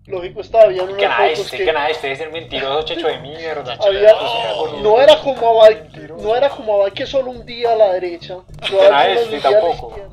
Lógico, estaba, habían unas fotos Que nada, este es el mentiroso checho de mierda. había, no era como Abay, no era como Abay que solo un día a la derecha. Yo Que nada, algunos este un día a la tampoco. izquierda.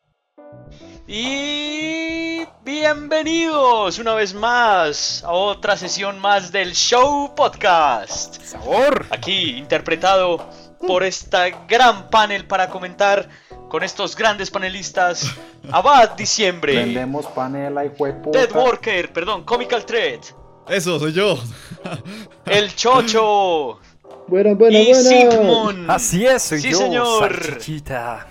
Y bienvenidos una vez más a otra sesión más del Show Podcast. ¡Sabor! Aquí interpretado por esta gran panel para comentar con estos grandes panelistas: Abad Diciembre, Vendemos panela y hueputa. Dead Worker, perdón, Comical Thread, Eso, soy yo. El Chocho Buena, buena, y buena. Sigmund. Así es, soy Sí, yo, señor. salchichita.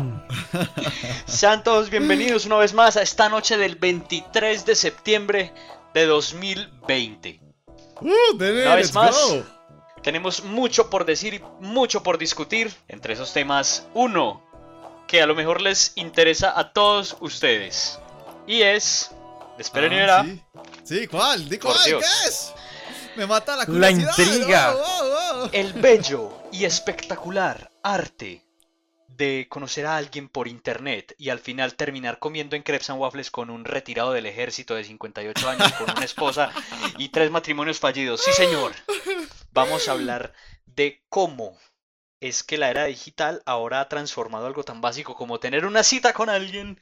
Sean todos bienvenidos una vez más a esta noche del 23 de septiembre de 2020. Tener, Una vez let's más, go. tenemos mucho por decir y mucho por discutir. Entre esos temas, uno que a lo mejor les interesa a todos ustedes. Y es... Esperen y verá. Sí. Sí, ¿cuál? ¿De Por cuál? Dios. ¿Qué es? Me mata la La curiosidad. intriga. El bello y espectacular arte de conocer a alguien por internet y al final terminar comiendo en crepes and waffles con un retirado del ejército de 58 años, con una esposa y 3 matrimonios fallidos. Sí, señor. Vamos a hablar de cómo es que la era digital ahora ha transformado algo tan básico como tener una cita con alguien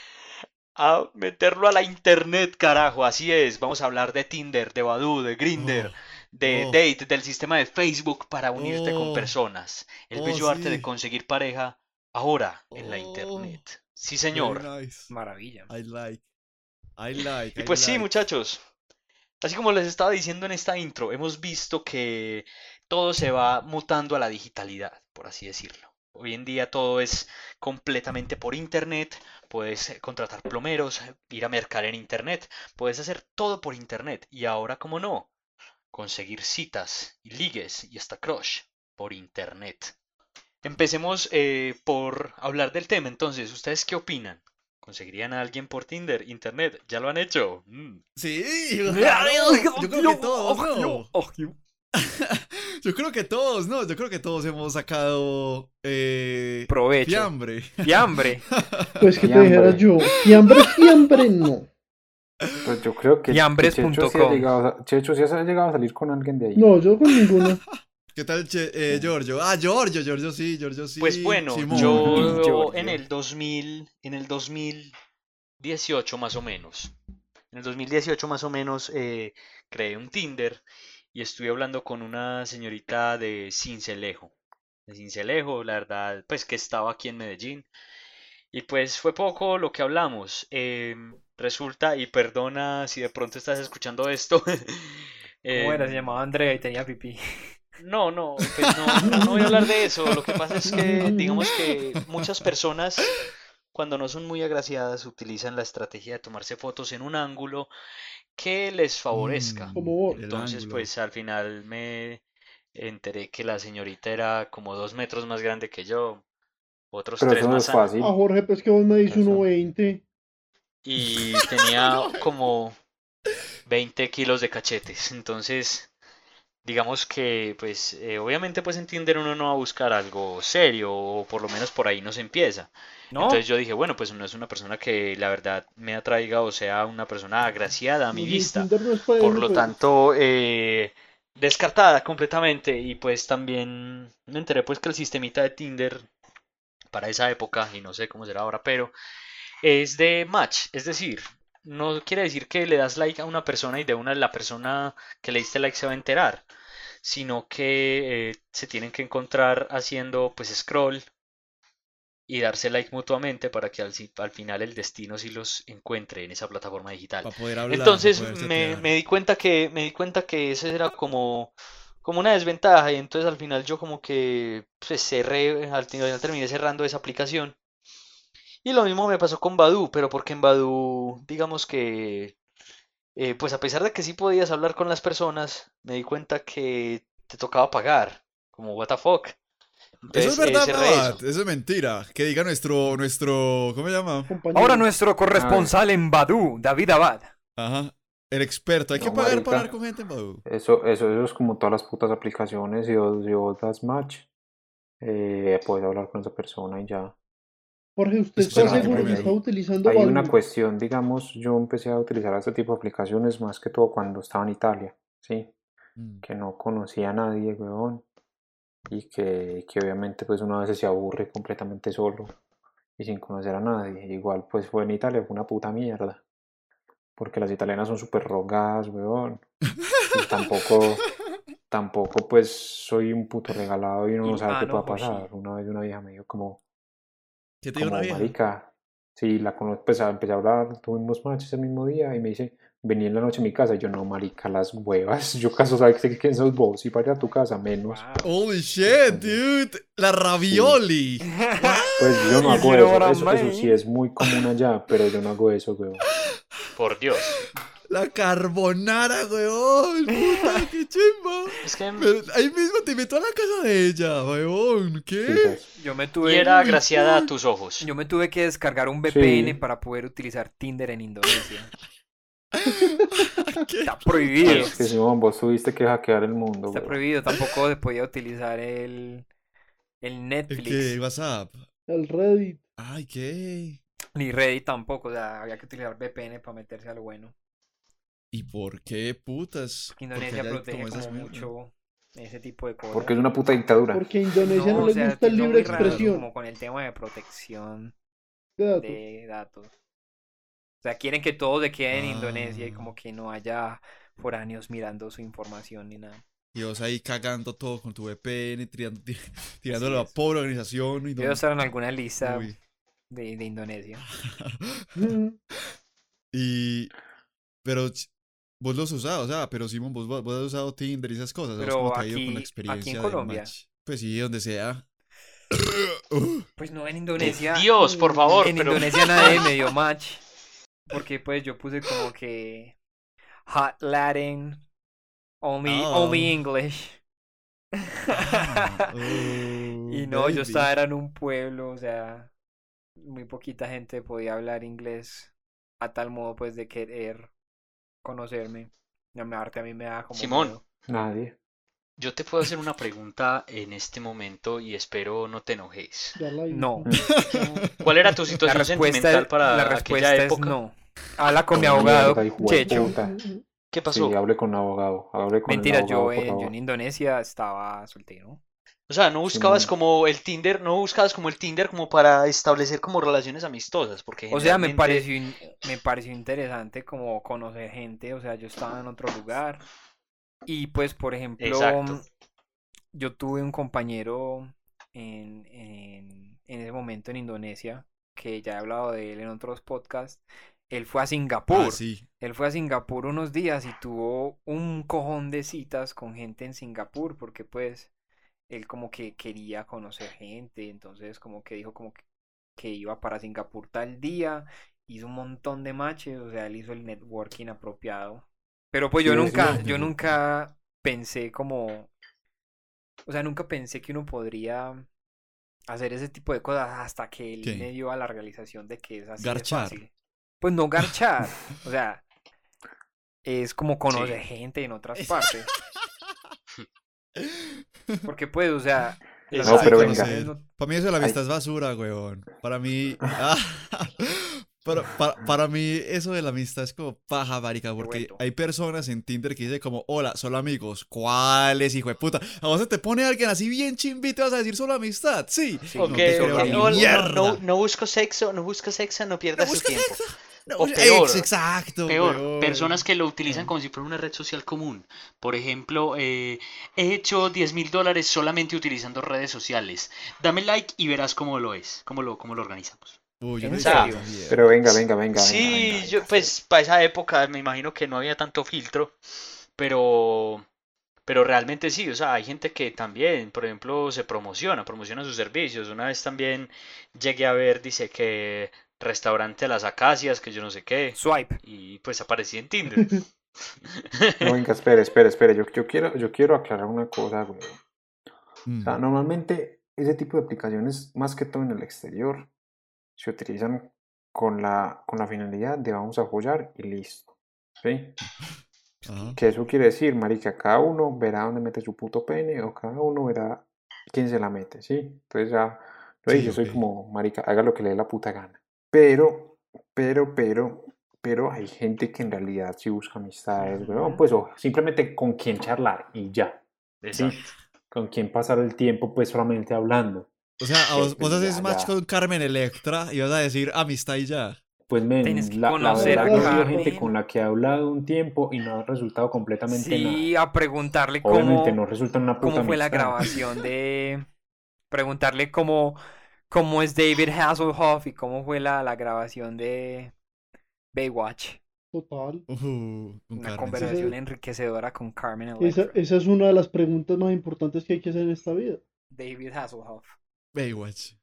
a meterlo a la internet, carajo. Así es. Vamos a hablar de Tinder, de Badoo, de Grindr, de Date, del sistema de Facebook para unirte con personas. El bello arte de sí. conseguir pareja ahora en la internet. Sí, señor. Very nice. Maravilla. I like. Y pues sí, muchachos. Así como les estaba diciendo en esta intro, hemos visto que todo se va mutando a la digitalidad, por así decirlo. Hoy en día todo es completamente por internet. Puedes contratar plomeros, ir a mercar en internet, puedes hacer todo por internet. Y ahora, ¿cómo no? Conseguir citas y ligues y hasta crush por internet. Empecemos por hablar del tema. Entonces, ¿ustedes qué opinan? ¿Conseguirían a alguien por Tinder, internet? ¿Ya lo han hecho? Sí, claro. Yo creo que todos, ¿no? Yo creo que todos, ¿no? Yo creo que todos hemos sacado Provecho. fiambre. Fiambre. Pues que te Fiambre. dijera yo, fiambre no. Pues yo creo que Fiambres.com. Checho sí ha llegado a salir con alguien de ahí. No, yo con ninguno. ¿Qué tal, Giorgio? Ah, Giorgio sí. Pues bueno, Simón. yo Giorgio. en el 2018 más o menos. En el 2018 más o menos creé un Tinder y estuve hablando con una señorita de Sincelejo. De Sincelejo, la verdad, pues que estaba aquí en Medellín. Y pues fue poco lo que hablamos. Resulta, y perdona si de pronto estás escuchando esto. ¿Cómo era? Se em, llamaba Andrea y tenía pipí. no, pues no voy a hablar de eso. Lo que pasa es que, digamos que muchas personas, cuando no son muy agraciadas, utilizan la estrategia de tomarse fotos en un ángulo que les favorezca. Como vos. El Entonces, ángulo. pues al final me enteré que la señorita era como 2 metros más grande que yo, otros Pero 3 eso no más es fácil. A Jorge, pues que vos me dices Eso. 1.20. y tenía como 20 kilos de cachetes. Entonces, digamos que, pues, obviamente, pues en Tinder uno no va a buscar algo serio, o por lo menos por ahí no se empieza. ¿No? Entonces yo dije, bueno, pues no es una persona que la verdad me atraiga o sea una persona agraciada a mi No, si vista. Tinder no es para Por eso, lo pues. tanto, descartada completamente. Y pues también me enteré pues que el sistemita de Tinder para esa época, y no sé cómo será ahora, pero es de match. Es decir, no quiere decir que le das like a una persona y de una la persona que le diste like se va a enterar, sino que se tienen que encontrar haciendo pues scroll y darse like mutuamente para que al final el destino sí los encuentre en esa plataforma digital. Para poder hablar, Entonces para poder me, chatear. me di cuenta que ese era como una desventaja, y entonces al final yo como que pues, cerré, al final terminé cerrando esa aplicación. Y lo mismo me pasó con Badoo, pero porque en Badoo, digamos que, pues a pesar de que sí podías hablar con las personas, me di cuenta que te tocaba pagar, como what the fuck. Eso es Entonces verdad, cerré Abad. eso. Eso es mentira. Que diga ¿cómo se llama? Compañero. Ahora nuestro corresponsal en Badoo, David Abad. Ajá. El experto. Hay que No, pagar para marica. hablar con gente en Badoo. Eso es como todas las putas aplicaciones. Si vos das match, puedes hablar con esa persona y ya. Jorge, ¿usted está Espérate, seguro que primero. está utilizando Hay una Badoo? cuestión, digamos, yo empecé a utilizar este tipo de aplicaciones más que todo cuando estaba en Italia, ¿sí? Que no conocía a nadie, weón, y que obviamente pues uno a veces se aburre completamente solo y sin conocer a nadie. Igual pues fue en Italia, fue una puta mierda, porque las italianas son súper rogadas, weón, y tampoco pues soy un puto regalado y uno no Il sabe qué ano pueda Hoshi. pasar. Una vez una vieja me dijo ¿Qué te dijo una como vieja? marica, sí, la conozco, pues empecé a hablar, tuvimos match ese mismo día y me dice, vení en la noche a mi casa. Y yo, no, marica, las huevas, yo caso sabes quién sos vos, y para ir a tu casa, menos. Wow. Holy shit, dude. La ravioli. Pues yo no You hago know eso, what I eso sí mean? es muy común allá, pero yo no hago eso, weón. Por Dios. La carbonara, weón. Puta, qué chimba. Es que Pero ahí mismo te invitó a la casa de ella, weón. ¿Qué? Quizás. Yo me y tuve, era agraciada a tus ojos. yo me tuve que descargar un VPN Sí. para poder utilizar Tinder en Indonesia. ¿Qué? Está prohibido. Es que Simón, vos tuviste que hackear el mundo, Está weón. prohibido. Tampoco se podía utilizar el ¿El Netflix. qué? ¿El WhatsApp? El Reddit. Ay, ¿qué? Ni Reddit tampoco. O sea, había que utilizar VPN para meterse a lo bueno. ¿Y por qué putas? Porque Indonesia allá hay protege esas como mierdas. mucho ese tipo de cosas. Porque es una puta dictadura. Porque a Indonesia no, o le sea, gusta el son libre muy raros expresión. como con el tema de protección de datos. de datos. O sea, quieren que todo se quede en Indonesia y Ah. como que no haya foráneos mirando su información ni nada. Y vos ahí cagando todo con tu VPN, tirando Así la es. pobre organización. Y Debe estar en alguna lista Uy. de Indonesia. Y. Pero vos los has usado, o sea, pero Simón, vos has usado Tinder y esas cosas. Pero ¿Cómo te ha ido con aquí- la aquí experiencia en del Colombia. match? Pues sí, donde sea. Pues no, en Indonesia. Dios, por favor, En pero Indonesia nadie me dio match. Porque pues yo puse como que Hot Latin, only English. Y no, yo estaba era en un pueblo, o sea, muy poquita gente podía hablar inglés a tal modo pues de querer conocerme. A mí me da como Simón. miedo. Nadie. yo te puedo hacer una pregunta en este momento y espero no te enojes. Ya la hice. No. ¿Cuál era tu La situación respuesta, sentimental para la aquella respuesta es época? no. Habla con mi Una abogado, mierda, hijo de Checho. puta. ¿Qué pasó? Sí, hable con un abogado. Hable con Mentira, el abogado, yo por en favor. Indonesia estaba soltero. O sea, no buscabas Simón. como el Tinder, no buscabas como el Tinder como para establecer como relaciones amistosas, porque O sea, me generalmente pareció interesante como conocer gente, o sea, yo estaba en otro lugar y pues, por ejemplo, Exacto. yo tuve un compañero en ese momento en Indonesia, que ya he hablado de él en otros podcasts, él fue a Singapur, Ah, sí. él fue a Singapur unos días y tuvo un cojón de citas con gente en Singapur, porque pues él como que quería conocer gente, entonces como que dijo como que iba para Singapur tal día, hizo un montón de matches, o sea, él hizo el networking apropiado. Pero pues yo Sí, nunca, sí. yo nunca pensé como, o sea, nunca pensé que uno podría hacer ese tipo de cosas hasta que él ¿Qué? me dio a la realización de que es así de Garchar. fácil. Pues no garchar, o sea, es como conocer Sí. gente en otras partes. Porque pues, o sea, las No, pero venga. aplicaciones no- Para mí eso de la amistad es basura, weón. Para mí. Para mí eso de la amistad es como paja, marica, porque vuelto. hay personas en Tinder que dicen como, hola, solo amigos. ¿Cuáles, hijo de puta? A vos se te pone alguien así bien chimbito y vas a decir solo amistad. Sí. Sí, Ok, no te creo ok. ni O mierda. no busco sexo, no pierdas tu busques tiempo. No, O peor, exacto. Peor, weón. personas que lo utilizan como si fuera una red social común. Por ejemplo, he hecho $10,000 solamente utilizando redes sociales. Dame like y verás cómo lo es, cómo lo organizamos. Uy, yo ¿En no serio? hice esa Pero mierda. venga. Sí, pues para esa época me imagino que no había tanto filtro, pero realmente sí, o sea, hay gente que también, por ejemplo, promociona sus servicios. Una vez también llegué a ver, dice que restaurante a las Acacias, que yo no sé qué, Swipe. y pues aparecí en Tinder. No, venga, espere. Yo quiero aclarar una cosa, güey. O sea, normalmente ese tipo de aplicaciones, más que todo en el exterior, se utilizan con la finalidad de vamos a follar y listo. ¿Sí? Ajá. Que eso quiere decir, marica, cada uno verá dónde mete su puto pene o cada uno verá quién se la mete, ¿sí? Entonces ya Entonces yo soy como, marica, haga lo que le dé la puta gana. Pero hay gente que en realidad sí busca amistades, weón, pues o simplemente con quien charlar y ya. Exacto. ¿Sí? Con quien pasar el tiempo pues solamente hablando. O sea, vos pues, haces match con Carmen Electra y vas a decir amistad y ya. Pues men, Tienes que la conocer verdad a yo he sido Carmen. gente con la que he hablado un tiempo y no ha resultado completamente nada. Sí, a preguntarle Obviamente no resulta una puta cómo fue la amistad. grabación de... Preguntarle cómo es David Hasselhoff y cómo fue la grabación de Baywatch. Total. Con Una Carmen. conversación enriquecedora con Carmen Electra. Esa es una de las preguntas más importantes que hay que hacer en esta vida. David Hasselhoff. Baywatch.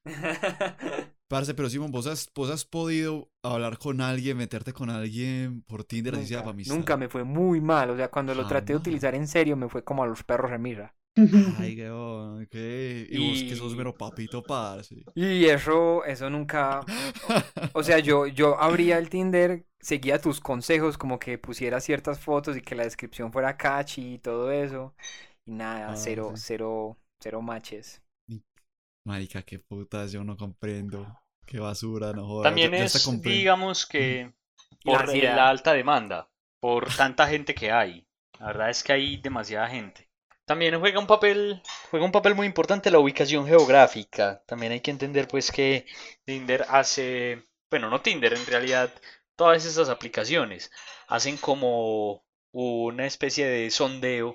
Parce, pero Simón, ¿vos has podido hablar con alguien, meterte con alguien por Tinder así sea para amistad? Nunca me fue muy mal. O sea, cuando lo traté de Jamás. utilizar en serio, me fue como a los perros remira. Ay, qué bueno, ok. Y vos que sos mero papito, parce. Y eso nunca... O sea, yo abría el Tinder, seguía tus consejos, como que pusiera ciertas fotos y que la descripción fuera catchy y todo eso. Y nada, cero matches. Marica, qué putas, yo no comprendo. Qué basura, no jodas. También Ya te es, compré. digamos que, Y la por ansiedad. la alta demanda, por tanta gente que hay. La verdad es que hay demasiada gente. También juega un papel muy importante la ubicación geográfica. También hay que entender pues que Tinder hace, bueno, no Tinder, en realidad todas esas aplicaciones hacen como una especie de sondeo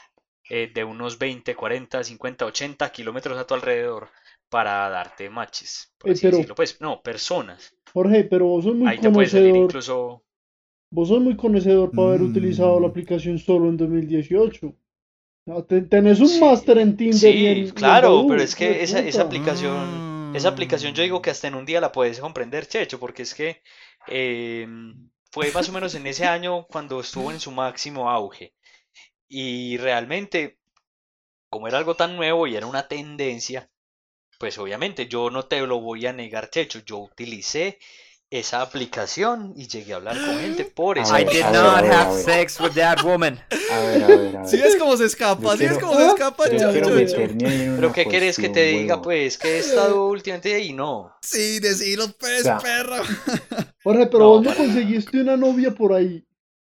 de unos 20, 40, 50, 80 kilómetros a tu alrededor para darte matches, por así pero- decirlo. Pues no, personas. Jorge, pero vos sos muy Ahí te puede salir conocedor. incluso... Vos sos muy conocedor para haber utilizado la aplicación solo en 2018. No, tenés un Sí, máster en Tinder y en sí, claro, Badoo, pero es que hijo de esa puta. aplicación yo digo que hasta en un día la puedes comprender, Checho, porque es que fue más o menos en ese año cuando estuvo en su máximo auge. Y realmente, como era algo tan nuevo y era una tendencia, pues obviamente yo no te lo voy a negar, Checho, yo utilicé esa aplicación y llegué a hablar con gente por A esa ver, I did a ver, not a ver, have a ver. sex with that woman. A ver. ¿Sí ves cómo se escapa? ¿Sí ves cómo se escapa el Yo quiero chocho? meterme ahí en Pero una ¿qué querés que te cuestión, diga? huevón. Pues que he estado últimamente ahí, no. Sí, decilo pues, O sea, perro. Jorge, pero No, vos no para nada. conseguiste una novia por ahí.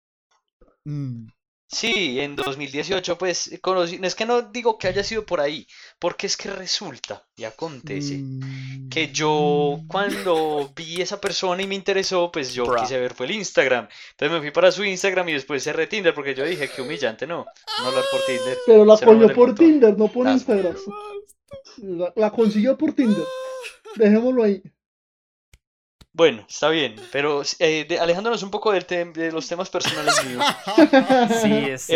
Sí, en 2018 pues conocí, es que no digo que haya sido por ahí, porque es que resulta y acontece que yo cuando vi esa persona y me interesó, pues yo Bra. quise ver fue el Instagram. Entonces me fui para su Instagram y después cerré Tinder porque yo dije, qué humillante, no hablar por Tinder. Pero la ser hombre cogió del por montón. Tinder, no por Las- Instagram. La consiguió por Tinder. Dejémoslo ahí. Bueno, está bien, pero alejándonos un poco de los temas personales míos. Sí,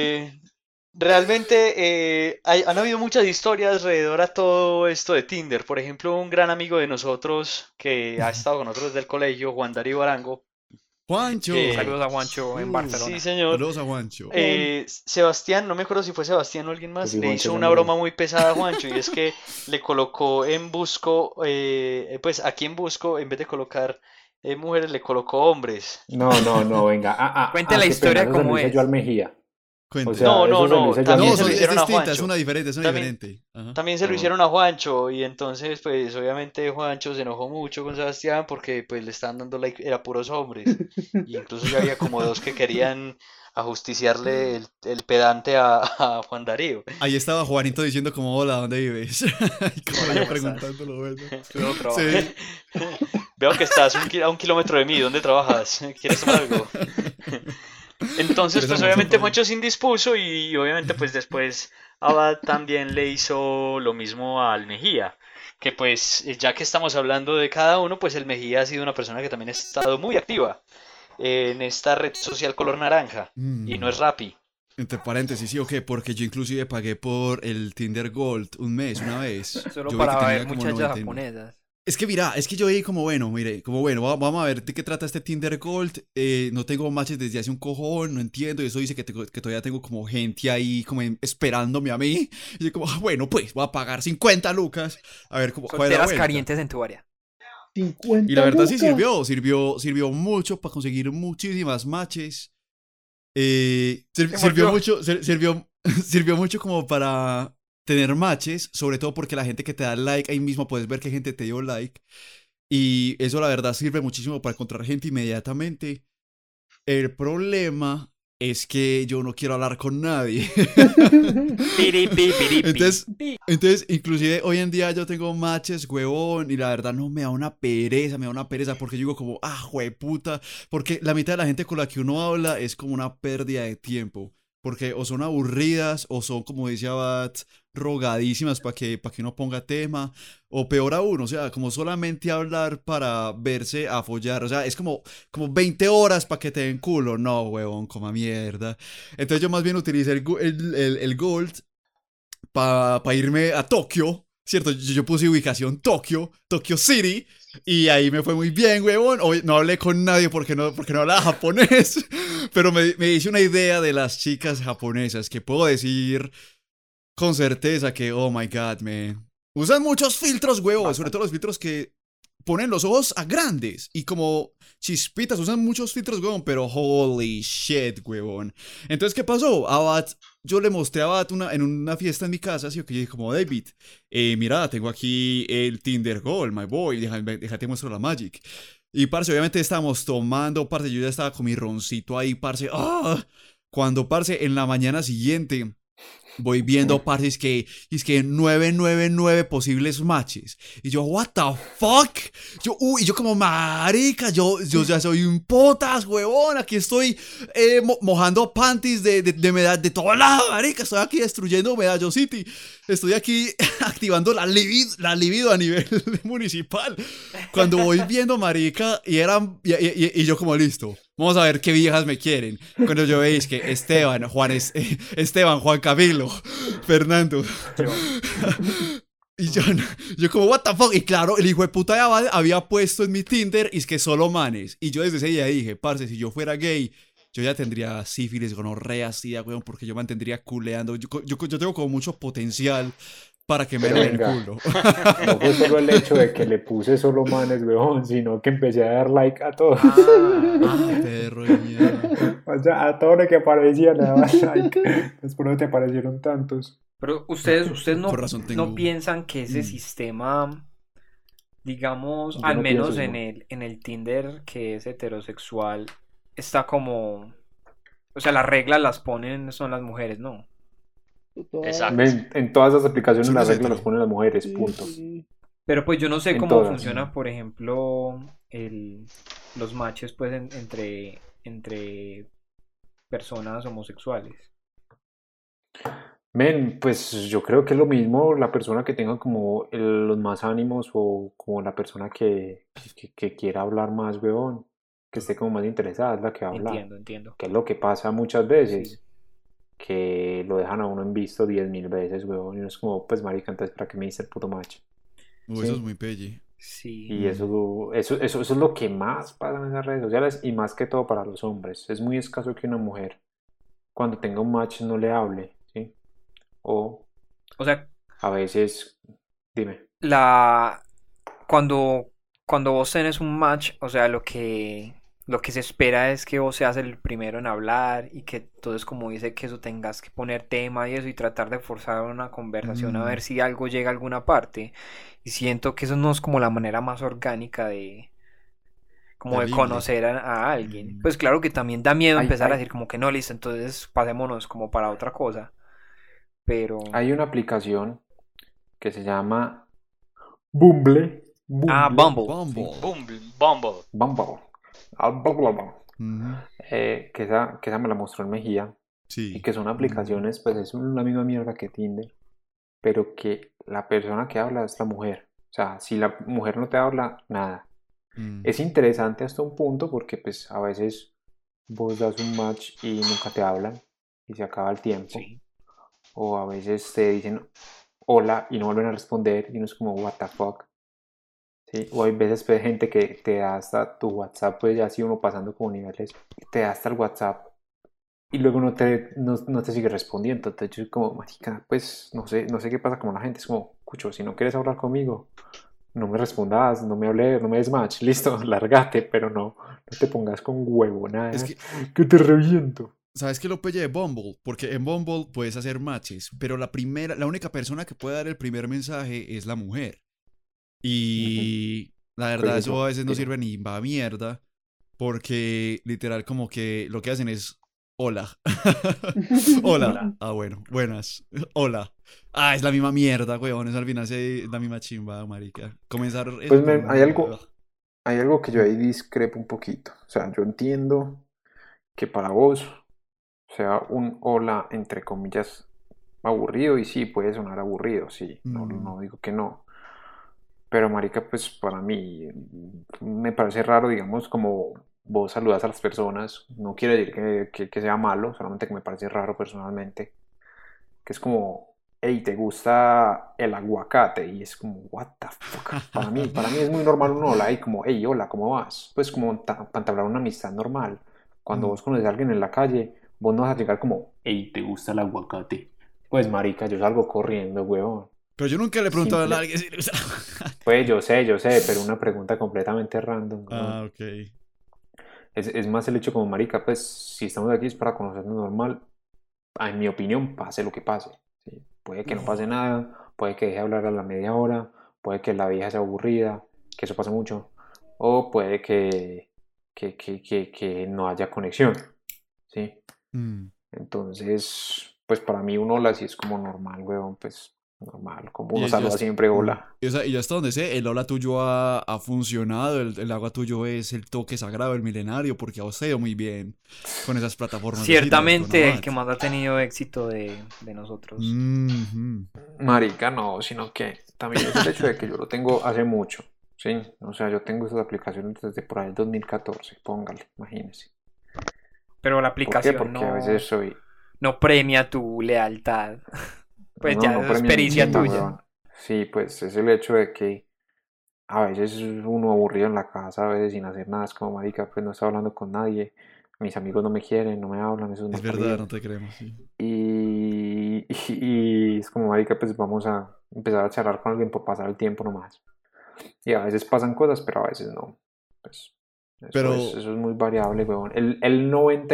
Realmente han habido muchas historias alrededor a todo esto de Tinder. Por ejemplo, un gran amigo de nosotros que ha estado con nosotros desde el colegio, Juan Darío Arango. Juancho. Saludos a Juancho en Barcelona. Sí, señor. Saludos a Juancho. Sebastián, no me acuerdo si fue Sebastián o alguien más, Sí, le Juancho hizo es una amigo. broma muy pesada a Juancho y es que le colocó en Busco, pues aquí en Busco, en vez de colocar mujeres, le colocó hombres. No, venga. Cuente la qué historia pena, eso se lo como hice es. yo al Mejía. Cuente. O sea, No, eso se lo hice yo al también No, se lo es Mejía. hicieron a distinta, es Juancho. una diferente, es una También- diferente. Ajá. También se lo hicieron a Juancho y entonces pues obviamente Juancho se enojó mucho con Sebastián porque pues le estaban dando like, era puros hombres. Y incluso ya había como dos que querían ajusticiarle el pedante a Juan Darío. Ahí estaba Juanito diciendo como, hola, ¿dónde vives? Y como Hola, yo ¿cómo estás? preguntándolo, bueno. Estuve en otro Sí. Veo que estás a un kilómetro de mí, ¿dónde trabajas? ¿Quieres tomar algo? Entonces, pues obviamente Juancho se indispuso y obviamente pues después Abad también le hizo lo mismo al Mejía. Que pues ya que estamos hablando de cada uno, pues el Mejía ha sido una persona que también ha estado muy activa en esta red social color naranja. Y no es Rappi. Entre paréntesis, sí o qué, porque yo inclusive pagué por el Tinder Gold un mes, una vez. Solo Yo vi para que tenía ver como muchachas 99. japonesas. Es que mira, es que yo vi como bueno, mire, como bueno, vamos a ver de qué trata este Tinder Gold. No tengo matches desde hace un cojón, no entiendo. Y eso dice que todavía tengo como gente ahí como esperándome a mí. Y yo como, bueno, pues voy a pagar 50 lucas. A ver cuál es la Solteras vuelta. calientes en tu área. 50 Y la verdad sí lucas. sirvió mucho para conseguir muchísimas matches. Se Sirvió volvió. mucho, sirvió mucho como para tener matches, sobre todo porque la gente que te da like, ahí mismo puedes ver qué gente te dio like. Y eso la verdad sirve muchísimo para encontrar gente inmediatamente. El problema es que yo no quiero hablar con nadie. Entonces, inclusive hoy en día yo tengo matches, huevón, y la verdad no me da una pereza, porque yo digo como, jueputa, porque la mitad de la gente con la que uno habla es como una pérdida de tiempo, porque o son aburridas, o son, como decía Bat, rogadísimas para que uno ponga tema, o peor aún, o sea, como solamente hablar para verse a follar, o sea, es como 20 horas para que te den culo, no, huevón, coma mierda. Entonces yo más bien utilicé el Gold para irme a Tokio, ¿cierto? Yo puse ubicación Tokio City, y ahí me fue muy bien, huevón. Hoy no hablé con nadie porque no hablaba japonés, pero me hice una idea de las chicas japonesas que puedo decir con certeza que, oh my god, man. Usan muchos filtros, huevón, sobre todo los filtros que ponen los ojos a grandes y como chispitas, usan muchos filtros, huevón, pero holy shit, huevón. Entonces, ¿qué pasó? Yo le mostré a Bat en una fiesta en mi casa, así que yo dije como, David, mira, tengo aquí el Tinder Gold, my boy, déjate muestro la Magic. Y, parce, obviamente estábamos tomando, parce, yo ya estaba con mi roncito ahí, parce, cuando, parce, en la mañana siguiente voy viendo, parce, es que 999 posibles matches. Y yo, what the fuck? Y yo como, marica, yo ya soy un potas, huevón. Aquí estoy mojando panties de humedad de todo lado, marica. Estoy aquí destruyendo Medallo City. Estoy aquí activando la libido a nivel municipal. Cuando voy viendo, marica, y yo como, listo. Vamos a ver qué viejas me quieren. Cuando yo veis que Esteban, Juan Camilo, Fernando. Y yo como, what the fuck. Y claro, el hijo de puta de Abad había puesto en mi Tinder, y es que solo manes. Y yo desde ese día dije, parce, si yo fuera gay, yo ya tendría sífilis, gonorrea, sida, weón, porque yo mantendría culeando. Yo tengo como mucho potencial para que me den el culo. No fue solo el hecho de que le puse solo manes, weón, sino que empecé a dar like a todo. Perro de mierda. O sea, a todo lo que aparecía le daba like. Después no te aparecieron tantos. Pero ustedes no tengo... piensan que ese sistema, digamos, Yo al no menos pienso, en el Tinder que es heterosexual, está como... O sea, las reglas las ponen son las mujeres, ¿no? Exacto. En todas las aplicaciones Son las los reglas las hetero. ponen las mujeres, punto. Pero pues yo no sé En cómo todas. funciona, por ejemplo, los matches pues entre personas homosexuales. Pues yo creo que es lo mismo la persona que tenga como los más ánimos o como la persona que quiera hablar más, weón, que esté como más interesada, es la que va a hablar. Entiendo. Que es lo que pasa muchas veces, Sí. que lo dejan a uno en visto 10.000 veces, weón, y uno es como, pues marica, entonces ¿para qué me diste el puto match? Eso Sí. es muy pelle. Sí. Y eso es lo que más pasa en esas redes sociales y más que todo para los hombres. Es muy escaso que una mujer cuando tenga un match no le hable, ¿sí? O sea, a veces, dime. Cuando vos tenés un match, o sea, lo que se espera es que vos seas el primero en hablar y que entonces, como dice, que eso tengas que poner tema y eso y tratar de forzar una conversación a ver si algo llega a alguna parte. Y siento que eso no es como la manera más orgánica de conocer a alguien. Pues claro que también da miedo empezar a decir como que no, listo, entonces pasémonos como para otra cosa. Pero... Hay una aplicación que se llama Bumble. Bumble. Que esa me la mostró en Mejía. Sí. Y que son aplicaciones, pues es la misma mierda que Tinder, pero que la persona que habla es la mujer. O sea, si la mujer no te habla, nada. Es interesante hasta un punto porque pues a veces vos das un match y nunca te hablan y se acaba el tiempo. Sí. O a veces te dicen hola y no vuelven a responder y uno es como what the fuck. ¿Sí? O hay veces pues, gente que te da hasta tu WhatsApp, pues ya así uno pasando como niveles, te da hasta el WhatsApp y luego no te sigue respondiendo. Entonces yo como, marica, pues no sé qué pasa con la gente. Es como, cucho, si no quieres hablar conmigo, no me respondas, no me hables, no me des match, listo, lárgate, pero no te pongas con huevo, nada, Es que te reviento. ¿Sabes qué lo pelle de Bumble? Porque en Bumble puedes hacer matches, pero la única persona que puede dar el primer mensaje es la mujer. Ujú. Y la Pues verdad eso a eso, veces no sirve ni va a mierda, porque literal como que lo que hacen es hola. Hola. Hola. Ah, bueno, buenas. Hola. Ah, es la misma mierda, weón. Es al final es la misma chimba, marica. Comenzar pues eso con un hay hola. algo, Ugh. hay algo que yo Mm, ahí discrepo un poquito. O sea, yo entiendo que para vos sea un hola, entre comillas, aburrido, y sí, puede sonar aburrido, sí, no, mm. no digo que no. Pero marica, pues para mí me parece raro, digamos, como vos saludas a las personas, no quiere decir que sea malo, solamente que me parece raro personalmente, que es como, hey, ¿te gusta el aguacate? Y es como, what the fuck. Para mí es muy normal un hola, y como, hey, hola, ¿cómo vas? Pues como para entablar una amistad normal. Cuando Mm. vos conoces a alguien en la calle, vos no vas a llegar como, hey, ¿te gusta el aguacate? Pues marica, yo salgo corriendo, weón. Pero yo nunca le he preguntado a Simple. alguien si le gusta. Pues yo sé, pero una pregunta completamente random, weón. Ah, ok. Es más el hecho como marica, pues si estamos aquí es para conocernos normal. En mi opinión, pase lo que pase. ¿Sí? Puede que no pase nada, puede que deje de hablar a la media hora, puede que la vieja sea aburrida, que eso pasa mucho, o puede que no haya conexión, ¿sí? Mm. Entonces, pues para mí un hola sí es como normal, weón, pues normal, como uno Y yo saluda hasta, siempre mm. hola. Y yo hasta donde sé, el hola tuyo ha funcionado, el agua tuyo es el toque sagrado, el milenario, porque ha ido muy bien con esas plataformas de citas, con Ciertamente el Avat. que más ha tenido éxito de nosotros. Mhm. Marica, no, sino que también es el hecho de que yo lo tengo hace mucho, ¿sí? O sea, yo tengo esas aplicaciones desde por ahí el 2014, póngale, imagínese. Pero la ¿Por qué? aplicación Porque a veces soy, no premia tu lealtad. Pues no, ya no eso es premia ni pericia chimba, tuya. weón. Sí, pues es el hecho de que a veces uno aburrido en la casa, a veces sin hacer nada, es como, marica, pues no estoy hablando con nadie, mis amigos no me quieren, no me hablan, eso es Es mal verdad, parido. no te creemos, sí. Y es como, marica, pues vamos a empezar a charlar con alguien por pasar el tiempo nomás. Y a veces pasan cosas, pero a veces no. Pues Pero, eso es muy variable, weón. El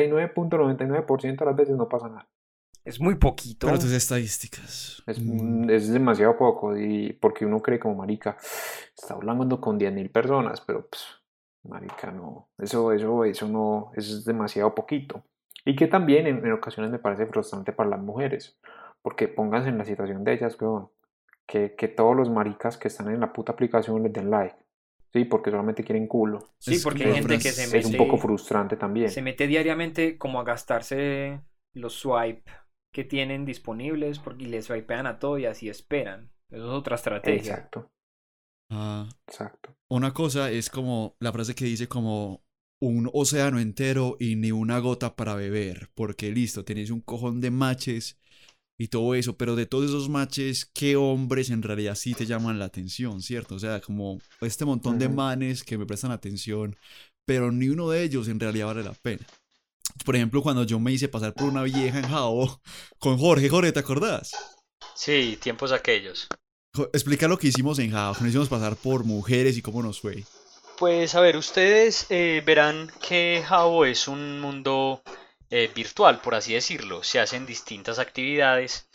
99.99% de las veces no pasa nada. Es muy pero tus poquito. estadísticas. Es, Mm. es demasiado poco, y porque uno cree como marica, está hablando con 10.000 personas, pero pues, marica, no, eso no, es demasiado poquito. Y que también en ocasiones me parece frustrante para las mujeres, porque pónganse en la situación de ellas, weón, que todos los maricas que están en la puta aplicación les den like, sí, porque solamente quieren culo. Sí, Es porque como hay la gente que Es un poco frase. frustrante se también. mete diariamente como a gastarse los swipe que tienen disponibles porque les swipean a todo y así esperan. Eso es otra estrategia. Exacto, Ah, exacto. una cosa es como la frase que dice como un océano entero y ni una gota para beber, porque listo, tenéis un cojón de matches y todo eso, pero de todos esos matches, ¿qué hombres en realidad sí te llaman la atención, cierto? O sea, como este montón de Ujú. manes que me prestan atención, pero ni uno de ellos en realidad vale la pena. Por ejemplo, cuando yo me hice pasar por una vieja en Jao con Jorge, ¿te acordás? Sí, tiempos aquellos. Explica lo que hicimos en Jao, que nos hicimos pasar por mujeres y cómo nos fue. Pues a ver, ustedes verán que Habbo es un mundo virtual, por así decirlo. Se hacen distintas actividades